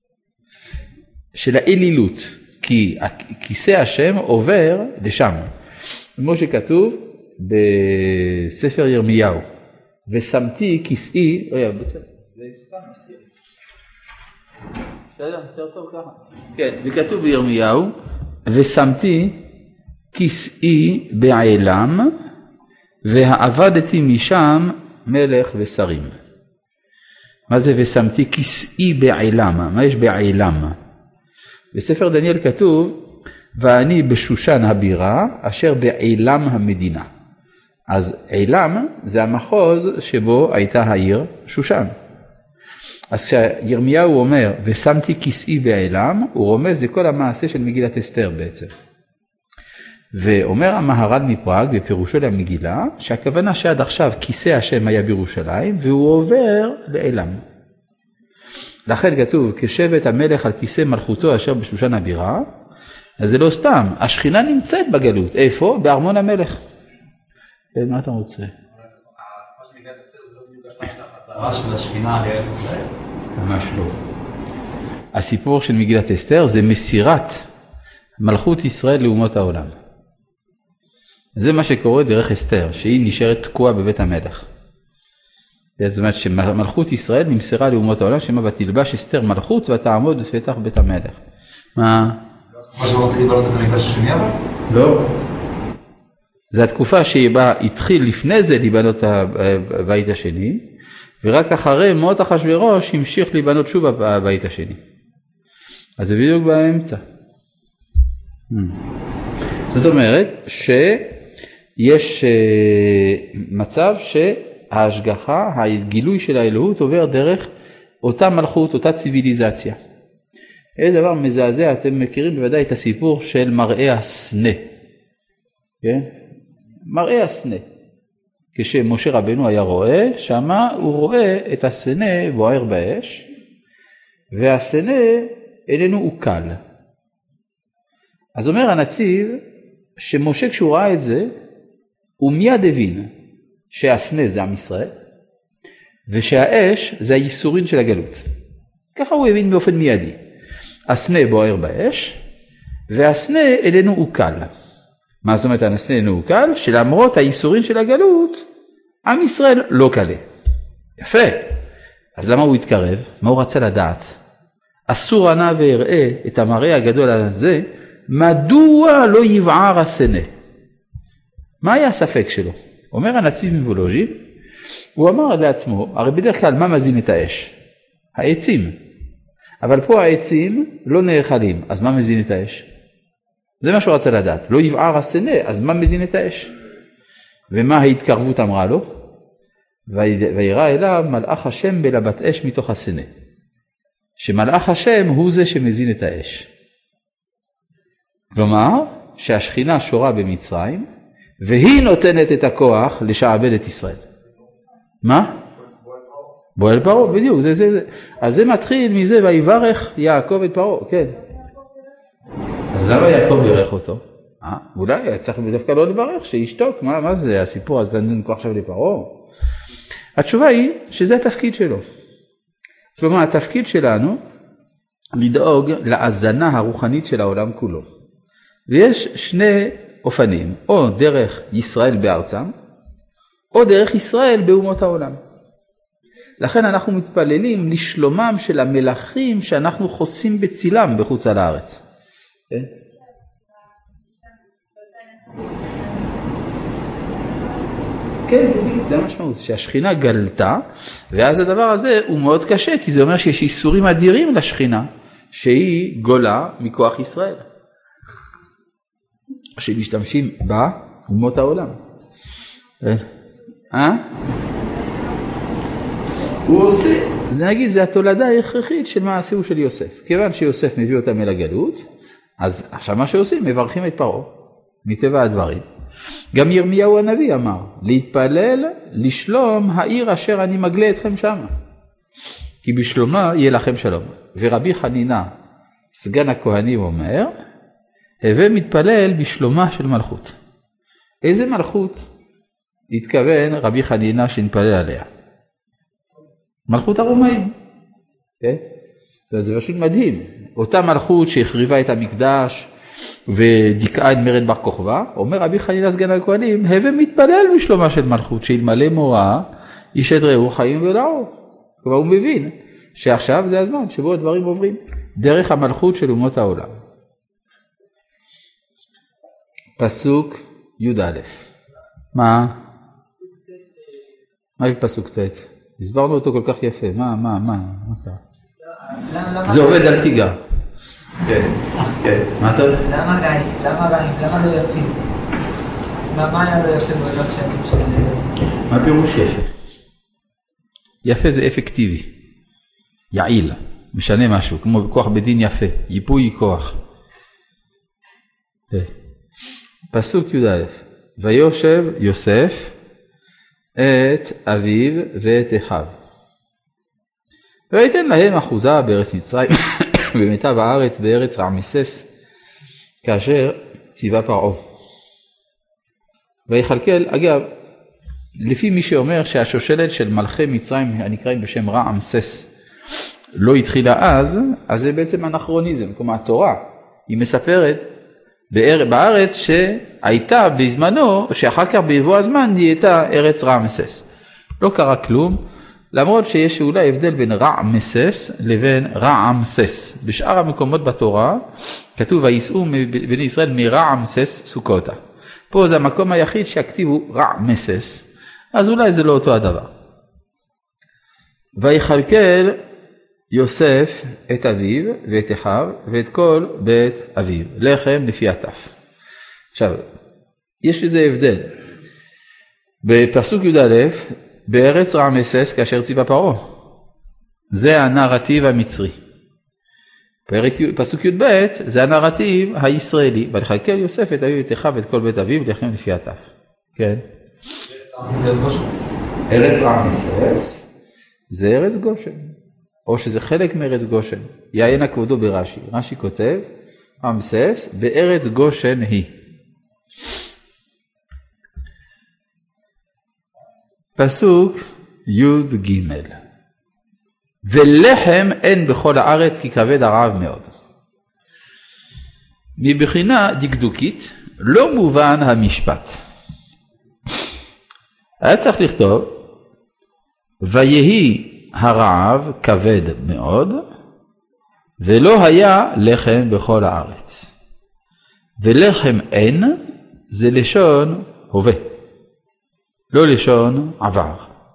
Speaker 1: של האלילות, כי כיסא השם עובר לשם. כמו שכתוב בספר ירמיהו, ושמתי כיסאי, זה סתם מסתיר. בסדר, יותר טוב ככה. כן, וכתוב בירמיהו, ושמתי כיסאי בעלם, והעבדתי משם מלך ושרים. מה זה ושמתי כיסאי בעלם? מה יש בעלם? בספר דניאל כתוב, ואני בשושן הבירה, אשר בעלם המדינה. אז עילם זה המחוז שבו הייתה העיר שושן. אז כשירמיהו אומר, ושמתי כיסאי בעלם, הוא רומז לכל המעשה של מגילת אסתר בעצם. ואומר המהר"ל מפראג בפירושו למגילה, שהכוונה שעד עכשיו כיסא השם היה בירושלים, והוא עובר לעלם. לכן כתוב, כשבט המלך על כיסא מלכותו אשר בשושן הבירה, אז זה לא סתם, השכינה נמצאת בגלות. איפה? בארמון המלך. מה אתה רוצה?
Speaker 5: החזרה של השכינה לארץ ישראל.
Speaker 1: ממש לא. הסיפור של מגילת אסתר זה מסירת מלכות ישראל לאומות העולם. זה מה שקורה דרך אסתר, שהיא נשארת תקועה בבית המלך. זאת אומרת שמלכות ישראל נמסרה לאומות העולם, שמה ותלבש אסתר מלכות ותעמוד בפתח בית המלך. מה?
Speaker 5: מה שמתחיל לבנות את המקדש השני אבל?
Speaker 1: לא. זו התקופה שבה התחיל לפני זה לבנות הבית השני, ורק אחרי מות אחשוורוש המשיך לבנות שוב הבית השני. אז זה בדיוק באמצע. זאת אומרת שיש מצב שההשגחה, הגילוי של האלוהות עובר דרך אותה מלכות, אותה ציוויליזציה. זה דבר מזעזע, אתם מכירים בוודאי את הסיפור של מראה הסנה. כן? מראה הסנה. כשמשה רבנו היה רואה, שמה הוא רואה את הסנה בוער באש, והסנה איננו עוקל. אז אומר הנציב, שמשה כשהוא ראה את זה, הוא מיד הבין שהסנה זה עם ישראל, ושהאש זה הייסורין של הגלות. ככה הוא הבין באופן מיידי. הסנה בוער באש, והסנה איננו עוקל. מה זאת אומרת הסנה איננו עוקל? שלמרות הייסורין של הגלות, עם ישראל לא קלה. יפה. אז למה הוא התקרב? מה הוא רצה לדעת? אסור ענה ויראה את המראה הגדול הזה, מדוע לא יבער הסנה? מה היה הספק שלו? אומר הנציב מוולוז'י, הוא אמר לעצמו, הרי בדרך כלל מה מזין את האש? העצים. אבל פה העצים לא נאכלים, אז מה מזין את האש? זה מה שהוא רצה לדעת. לא יבער הסנה, אז מה מזין את האש? ומה ההתקרבות אמרה לו? וירא אליו מלאך השם בלבת אש מתוך הסנה. שמלאך השם הוא זה שמזין את האש. כלומר, שהשכינה שורה במצרים, והיא נותנת את הכוח לשעבד את ישראל. מה? בועל פרעה, בדיוק. אז זה מתחיל מזה, ויברך יעקב את פרעה, כן. אז למה יעקב בירך אותו? אולי צריך דווקא לא לברך, שישתוק, מה זה הסיפור הזה, ננקו עכשיו לפרעה? התשובה היא שזה התפקיד שלו. כלומר, התפקיד שלנו לדאוג להזנה הרוחנית של העולם כולו. ויש שני אופנים, או דרך ישראל בארצם, או דרך ישראל באומות העולם. לכן אנחנו מתפללים לשלומם של המלכים שאנחנו חוסים בצילם בחוץ על הארץ. כן? כן, זה המשמעות, שהשכינה גלתה, ואז הדבר הזה הוא מאוד קשה, כי זה אומר שיש איסורים אדירים לשכינה, שהיא גולה מכוח ישראל, שמשתמשים באומות העולם. הוא עושה, זה נגיד, זה התולדה ההכרחית של מעשהו של יוסף. כיוון שיוסף מביא אותם אל הגלות, אז עכשיו מה שעושים, מברכים את פרעה, מטבע הדברים. גם ירמיהו הנביא אמר, להתפלל לשלום העיר אשר אני מגלה אתכם שם. כי בשלומה יהיה לכם שלום. ורבי חנינה, סגן הכהנים, אומר, הווה מתפלל בשלומה של מלכות. איזה מלכות התכוון רבי חנינה שנתפלל עליה? מלכות הרומאים. זה פשוט מדהים. אותה מלכות שהחריבה את המקדש ודיכאה את מרד בר כוכבא, אומר רבי חנינה סגן הכהנים, הווה מתפלל בשלומה של מלכות, שאלמלא מוראה איש את רעהו חיים ולעו. כלומר הוא מבין שעכשיו זה הזמן שבו הדברים עוברים דרך המלכות של אומות העולם. פסוק י"א. מה פסוק ט'? הסברנו אותו כל כך יפה. מה קרה? זה עובד על תיגר. כן. מה אתה?
Speaker 2: למה לא יפים? מה היה לא יפה בעולם שנים של...
Speaker 1: מה פירוש יפה? יפה זה אפקטיבי, יעיל, משנה משהו, כמו כוח בדין יפה, ייפוי כוח. פסוק י"א. ויושב יוסף את אביו ואת אחיו. ויתן להם אחוזה בארץ מצרים במיטב הארץ בארץ רעמסס כאשר ציווה פרעה. ויכלכל, אגב, לפי מי שאומר שהשושלת של מלכי מצרים הנקראים בשם רעמסס לא התחילה אז זה בעצם אנכרוניזם. כלומר התורה היא מספרת בארץ שהייתה בזמנו, שאחר כך ביבוא הזמן נהייתה ארץ רעמסס. לא קרה כלום, למרות שיש אולי הבדל בין רעמסס לבין רעמסס. בשאר המקומות בתורה כתוב ויסעו בני ישראל מרעמסס סוכותה. פה זה המקום היחיד שהכתיב הוא רעמסס, אז אולי זה לא אותו הדבר. ויכלכל יוסף את אביו ואת אחיו ואת כל בית אביו, לחם לפי הטף. עכשיו, יש איזה הבדל. בפסוק י"א, בארץ רעמסס כאשר ציווה פרעה. זה הנרטיב המצרי. פסוק י"ב, זה הנרטיב הישראלי. ויכלכל יוסף את אביו ואת אחיו ואת כל בית אביו, לחם לפי הטף. כן. ארץ רעמסס זה ארץ גושן. או שזה חלק מארץ גושן. יעיין הכבודו ברש"י. רש"י כותב, רעמסס בארץ גושן היא. פסוק י"ג. ולחם אין בכל הארץ כי כבד הרעב מאוד. מבחינה דקדוקית לא מובן המשפט. היה צריך לכתוב ויהי הרעב כבד מאוד ולא היה לחם בכל הארץ. ולחם אין זה לשון הווה, לא לשון עבר.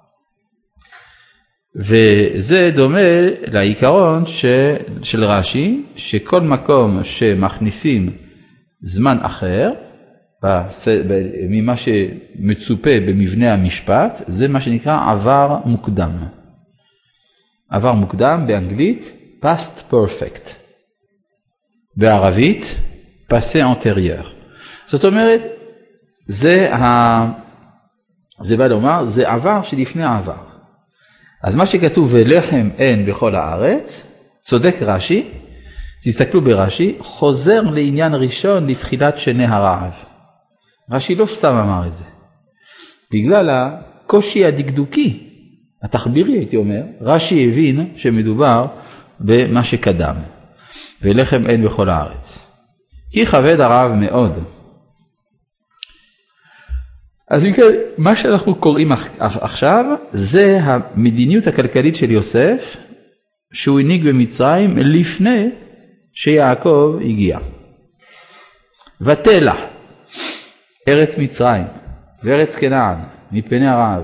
Speaker 1: וזה דומה לעיקרון של רש"י, שכל מקום שמכניסים זמן אחר ממה שמצופה במבנה המשפט, זה מה שנקרא עבר מוקדם. עבר מוקדם באנגלית past perfect, בערבית passé antérieur. זאת אומרת, זה בא לומר, זה עבר שלפני העבר. אז מה שכתוב ולחם אין בכל הארץ, צודק רש"י, תסתכלו ברש"י, חוזר לעניין ראשון לתחילת שני הרעב. רש"י לא סתם אמר את זה. בגלל הקושי הדקדוקי, התחבירי הייתי אומר, רש"י הבין שמדובר במה שקדם. ולחם אין בכל הארץ. כי כבד הרעב מאוד. אז מה שאנחנו קוראים עכשיו, זה המדיניות הכלכלית של יוסף, שהוא הנהיג במצרים לפני שיעקב הגיע. ותלע, ארץ מצרים וארץ כנען, מפני הרעב.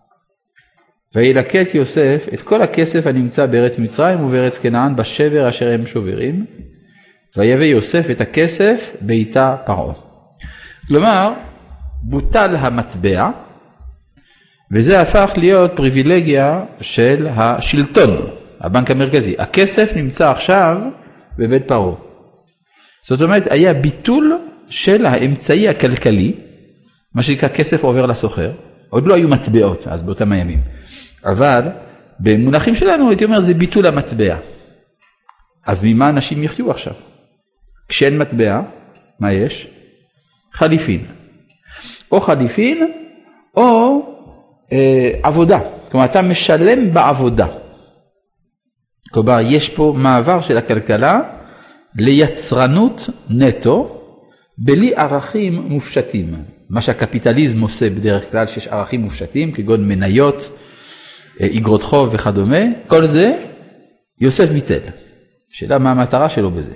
Speaker 1: וילקט יוסף את כל הכסף הנמצא בארץ מצרים ובארץ כנען בשבר אשר הם שוברים, ויבא יוסף את הכסף בעיתה פרעה. כלומר, בוטל המטבע, וזה הפך להיות פריבילגיה של השלטון, הבנק המרכזי. הכסף נמצא עכשיו בבית פרעה. זאת אומרת, היה ביטול של האמצעי הכלכלי, מה שנקרא כסף עובר לסוחר. עוד לא היו מטבעות אז באותם הימים. אבל במונחים שלנו הייתי אומר זה ביטול המטבע. אז ממה אנשים יחיו עכשיו? כשאין מטבע, מה יש? חליפין. או חליפין או עבודה. כלומר אתה משלם בעבודה. כלומר יש פה מעבר של הכלכלה ליצרנות נטו בלי ערכים מופשטים. מה שהקפיטליזם עושה בדרך כלל שיש ערכים מופשטים כגון מניות, אגרות חוב וכדומה. כל זה יוסף ביטל. שאלה מה המטרה שלו בזה.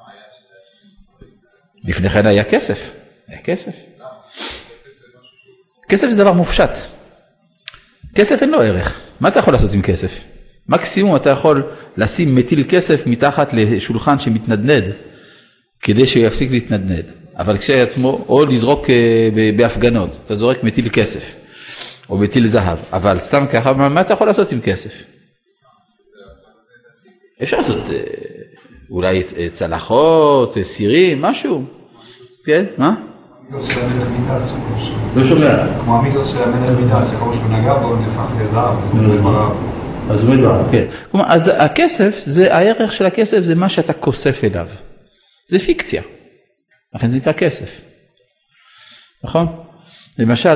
Speaker 1: לפני כן היה כסף. היה כסף. כסף זה דבר מופשט. כסף אין לו ערך. מה אתה יכול לעשות עם כסף? מקסימום אתה יכול לשים מטיל כסף מתחת לשולחן שמתנדנד, כדי שיפסיק להתנדנד. אבל כשעצמו, או לזרוק בהפגנות, אתה זורק מטיל כסף, או מטיל זהב. אבל סתם ככה, מה אתה יכול לעשות עם כסף? אפשר לעשות אולי צלחות, סירים, משהו. כן? מה?
Speaker 5: המיתוס של המלך מידס.
Speaker 1: לא שומע. כמו
Speaker 5: המיתוס של המלך מידס, שכל שהוא נגע בו נהפך לזהב, אז הוא עומד ברב.
Speaker 1: אז הוא עומד ברב, כן. כלומר, אז הכסף, הערך של הכסף זה מה שאתה כוסף אליו. זה פיקציה. לכן זה נקרא כסף. נכון? למשל,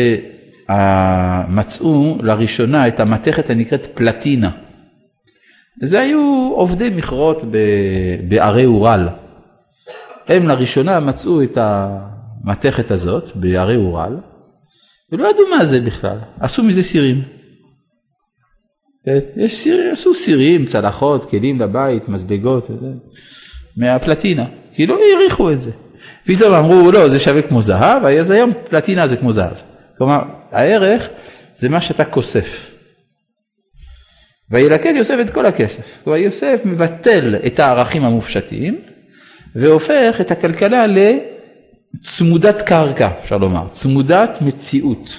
Speaker 1: כשמצאו לראשונה את המתכת הנקראת פלטינה. זה היו עובדי מכרות בערי אורל. הם לראשונה מצאו את המתכת הזאת בערי אורל, ולא ידעו מה זה בכלל. עשו מזה סירים. יש סירים, עשו סירים, צלחות, כלים לבית, מזבגות, מהפלטינה. כי לא העריכו את זה. פתאום אמרו, לא, זה שווה כמו זהב, אז היום פלטינה זה כמו זהב. כלומר, הערך זה מה שאתה כוסף. וילקט יוסף את כל הכסף. כלומר, יוסף מבטל את הערכים המופשטים, והופך את הכלכלה לצמודת קרקע, אפשר לומר, צמודת מציאות.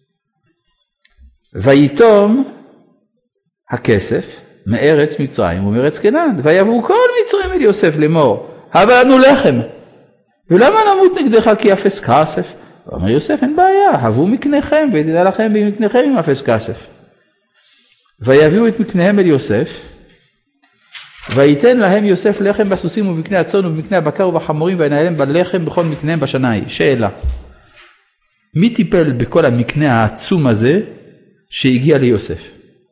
Speaker 1: ויתום הכסף מארץ מצרים ומארץ כנען, ויבואו כל מצרים אל יוסף לאמור, הבה לנו לחם, ולמה נמות נגדך כי אפס כסף? ואומר יוסף, אין בעיה, הבו מקניכם ותדע לכם במקניכם עם אפס כסף. ויביאו את מקניהם אל יוסף, ויתן להם יוסף לחם בסוסים ובקני הצאן ובקני הבקר ובחמורים, וינהלם בלחם בכל מקניהם בשנה ההיא. שאלה, מי טיפל בכל המקנה העצום הזה שהגיע ליוסף?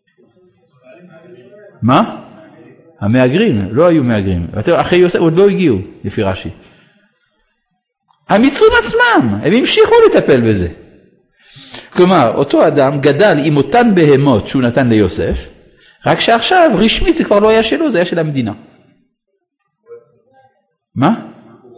Speaker 1: מה? המאגרים, לא היו מאגרים. אחרי יוסף עוד לא הגיעו, לפי רש"י. המצרים עצמם, הם המשיכו לטפל בזה. כלומר, אותו אדם גדל עם אותן בהמות שהוא נתן ליוסף, רק שעכשיו רשמית זה כבר לא היה שלו, זה היה של המדינה. מה?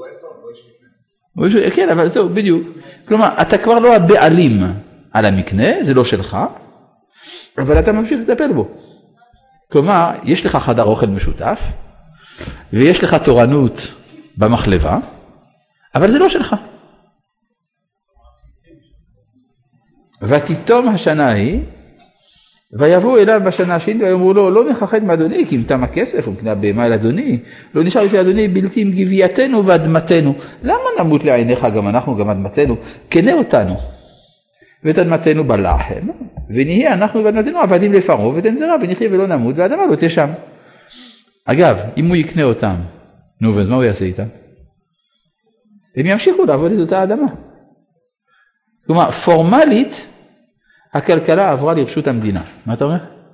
Speaker 1: כן, אבל זהו, בדיוק. כלומר, אתה כבר לא הבעלים על המקנה, זה לא שלך, אבל אתה ממשיך לטפל בו. כלומר, יש לך חדר אוכל משותף, ויש לך תורנות במחלבה, אבל זה לא שלך. ותיתום השנה ההיא, ויבואו אליו בשנה השנית ויאמרו לו, לא נכחד מאדוני כי אם תם הכסף ומקנה בהמה אל אדוני, לא נשאר לפי אדוני בלתי עם גבייתנו ואדמתנו. למה נמות לעיניך גם אנחנו גם אדמתנו? קנה אותנו ואת אדמתנו בלחם, ונהיה אנחנו ואדמתנו עבדים לפרעה ותן זרע ונחיה ולא נמות והאדמה לא תהיה שם. אגב, אם הוא יקנה אותם, נו ואז מה הוא יעשה איתם? הם ימשיכו לעבוד את אותה האדמה. כלומר, פורמלית, הכלכלה עברה לרשות המדינה. מה אתה אומר?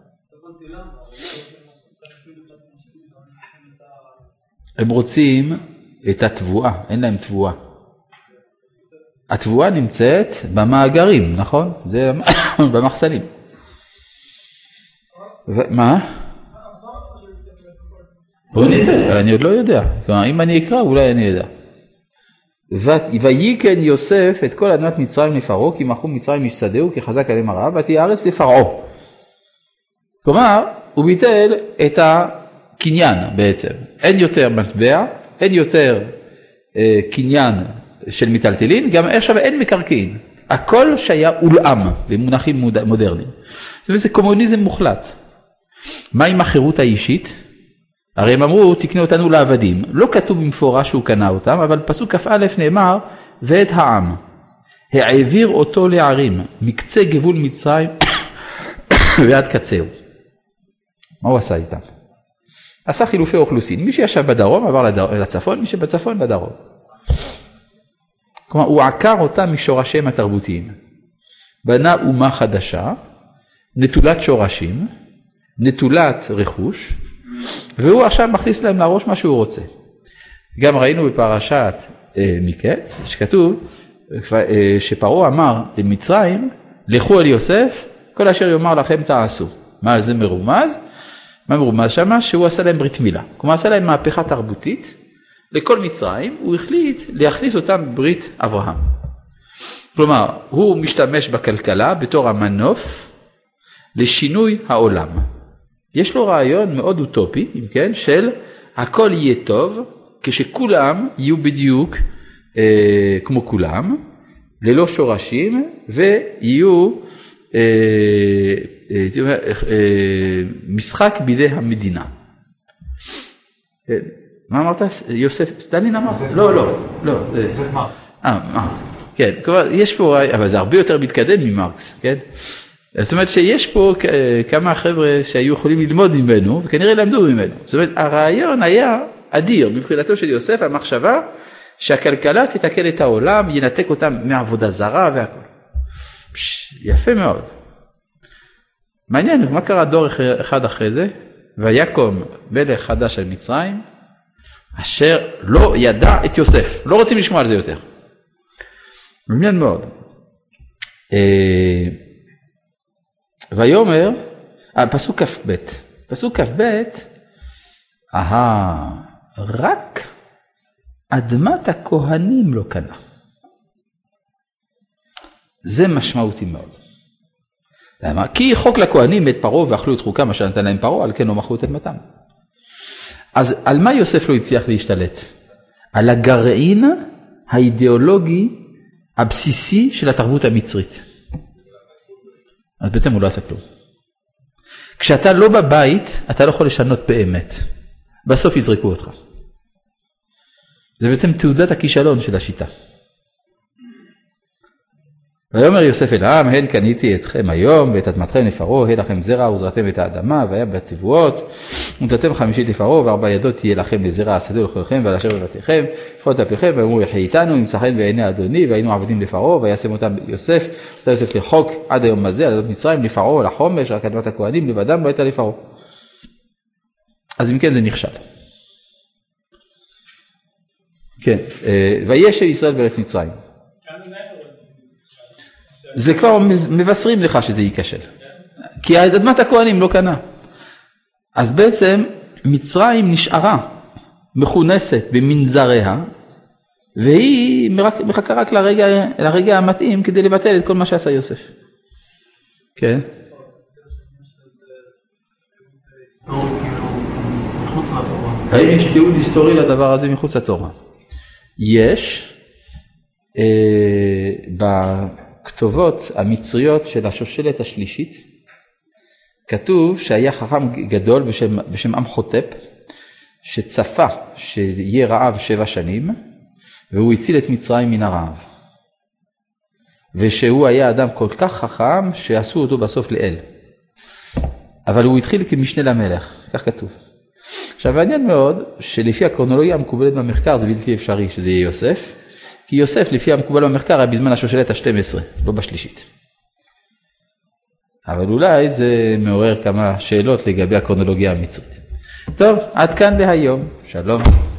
Speaker 1: הם רוצים את התבואה, אין להם תבואה. התבואה נמצאת במאגרים, נכון? זה במחסנים. מה? בוא נראה, אני עוד לא יודע. כלומר, אם אני אקרא, אולי אני יודע. ויקן יוסף את כל אדמת מצרים לפרעה, כי מחו מצרים יששדהו, כי חזק עליהם הרעב, ותהי הארץ לפרעה. כלומר, הוא ביטל את הקניין בעצם. אין יותר מטבע, אין יותר קניין של מיטלטלין, גם עכשיו אין מקרקעין. הכל שהיה אולעם במונחים מודרניים. זאת אומרת, זה קומוניזם מוחלט. מה עם החירות האישית? הרי הם אמרו, תקנה אותנו לעבדים. לא כתוב במפורש שהוא קנה אותם, אבל פסוק כ"א נאמר, ואת העם. העביר אותו לערים, מקצה גבול מצרים ועד קצהו. מה הוא עשה איתם? עשה חילופי אוכלוסין. מי שישב בדרום עבר לצפון, מי שבצפון לדרום. כלומר, הוא עקר אותם משורשיהם התרבותיים. בנה אומה חדשה, נטולת שורשים, נטולת רכוש, והוא עכשיו מכניס להם לראש מה שהוא רוצה. גם ראינו בפרשת מקץ, שכתוב שפרעה אמר למצרים, לכו אל יוסף, כל אשר יאמר לכם תעשו. מה זה מרומז? מה מרומז שמה? שהוא עשה להם ברית מילה. כלומר, עשה להם מהפכה תרבותית. לכל מצרים הוא החליט להכניס אותם ברית אברהם. כלומר, הוא משתמש בכלכלה בתור המנוף לשינוי העולם. יש לו רעיון מאוד אוטופי, אם כן, של הכל יהיה טוב, כשכולם יהיו בדיוק כמו כולם, ללא שורשים, ויהיו משחק בידי המדינה. מה אמרת? יוסף, סטלין אמר? לא.
Speaker 5: יוסף מרקס.
Speaker 1: מרקס. כן, כלומר, יש פה, אבל זה הרבה יותר מתקדם ממרקס, כן? זאת אומרת שיש פה כמה חבר'ה שהיו יכולים ללמוד ממנו, וכנראה למדו ממנו. זאת אומרת, הרעיון היה אדיר, מבחינתו של יוסף, המחשבה שהכלכלה תתקן את העולם, ינתק אותם מעבודה זרה והכל. יפה מאוד. מעניין, מה קרה דור אחד אחרי זה? ויקום מלך חדש על מצרים, אשר לא ידע את יוסף. לא רוצים לשמוע על זה יותר. מעניין מאוד. ויאמר, פסוק כ"ב. פסוק כ"ב, רק אדמת הכהנים לא קנה. זה משמעותי מאוד. למה? כי חוק לכהנים את פרעה ואכלו את חוקם אשר נתן להם פרעה, על כן לא מכרו את אדמתם. אז על מה יוסף לא הצליח להשתלט? על הגרעין האידיאולוגי הבסיסי של התרבות המצרית. אז בעצם הוא לא עשה כלום. כשאתה לא בבית, אתה לא יכול לשנות באמת. בסוף יזרקו אותך. זה בעצם תעודת הכישלון של השיטה. ויאמר יוסף אל העם, הן קניתי אתכם היום, ואת אדמתכם לפרעה, הן לכם זרע וזרעתם את האדמה, והיה בתבואות, ונתתם חמישית לפרעה, וארבע ידות תהיה לכם לזרע השדה ולכלכם, ועל אשר בבתיכם, לפחות אפיכם, ואמרו יחי איתנו, ימצא חן בעיני אדוני, והיינו עבדים לפרעה, וישם אותם יוסף, אותה יוסף לחוק עד היום הזה, על אדמות מצרים, לפרעה, לחומש, רק אדמת הכהנים, לבדם לא הייתה לפרעה. אז אם כן זה נכשל. כן, וישב ישראל בארץ מצרים. זה כבר מבשרים לך שזה ייכשל. כי אדמת הכהנים לא קנה. אז בעצם מצרים נשארה מכונסת במנזריה, והיא מחכה רק לרגע המתאים כדי לבטל את כל מה שעשה יוסף. כן. האם יש תיעוד היסטורי לדבר הזה מחוץ לתורה? יש בכתובות המצריות של השושלת השלישית, כתוב שהיה חכם גדול בשם אמחוטפ, שצפה שיהיה רעב 7 שנים, והוא הציל את מצרים מן הרעב. ושהוא היה אדם כל כך חכם שעשו אותו בסוף לאל. אבל הוא התחיל כמשנה למלך, כך כתוב. עכשיו מעניין מאוד שלפי הקרונולוגיה המקובלת במחקר זה בלתי אפשרי שזה יהיה יוסף, כי יוסף לפי המקובל במחקר היה בזמן השושלת ה-12, לא בשלישית. אבל אולי זה מעורר כמה שאלות לגבי הקרונולוגיה המצרית. טוב, עד כאן להיום. שלום.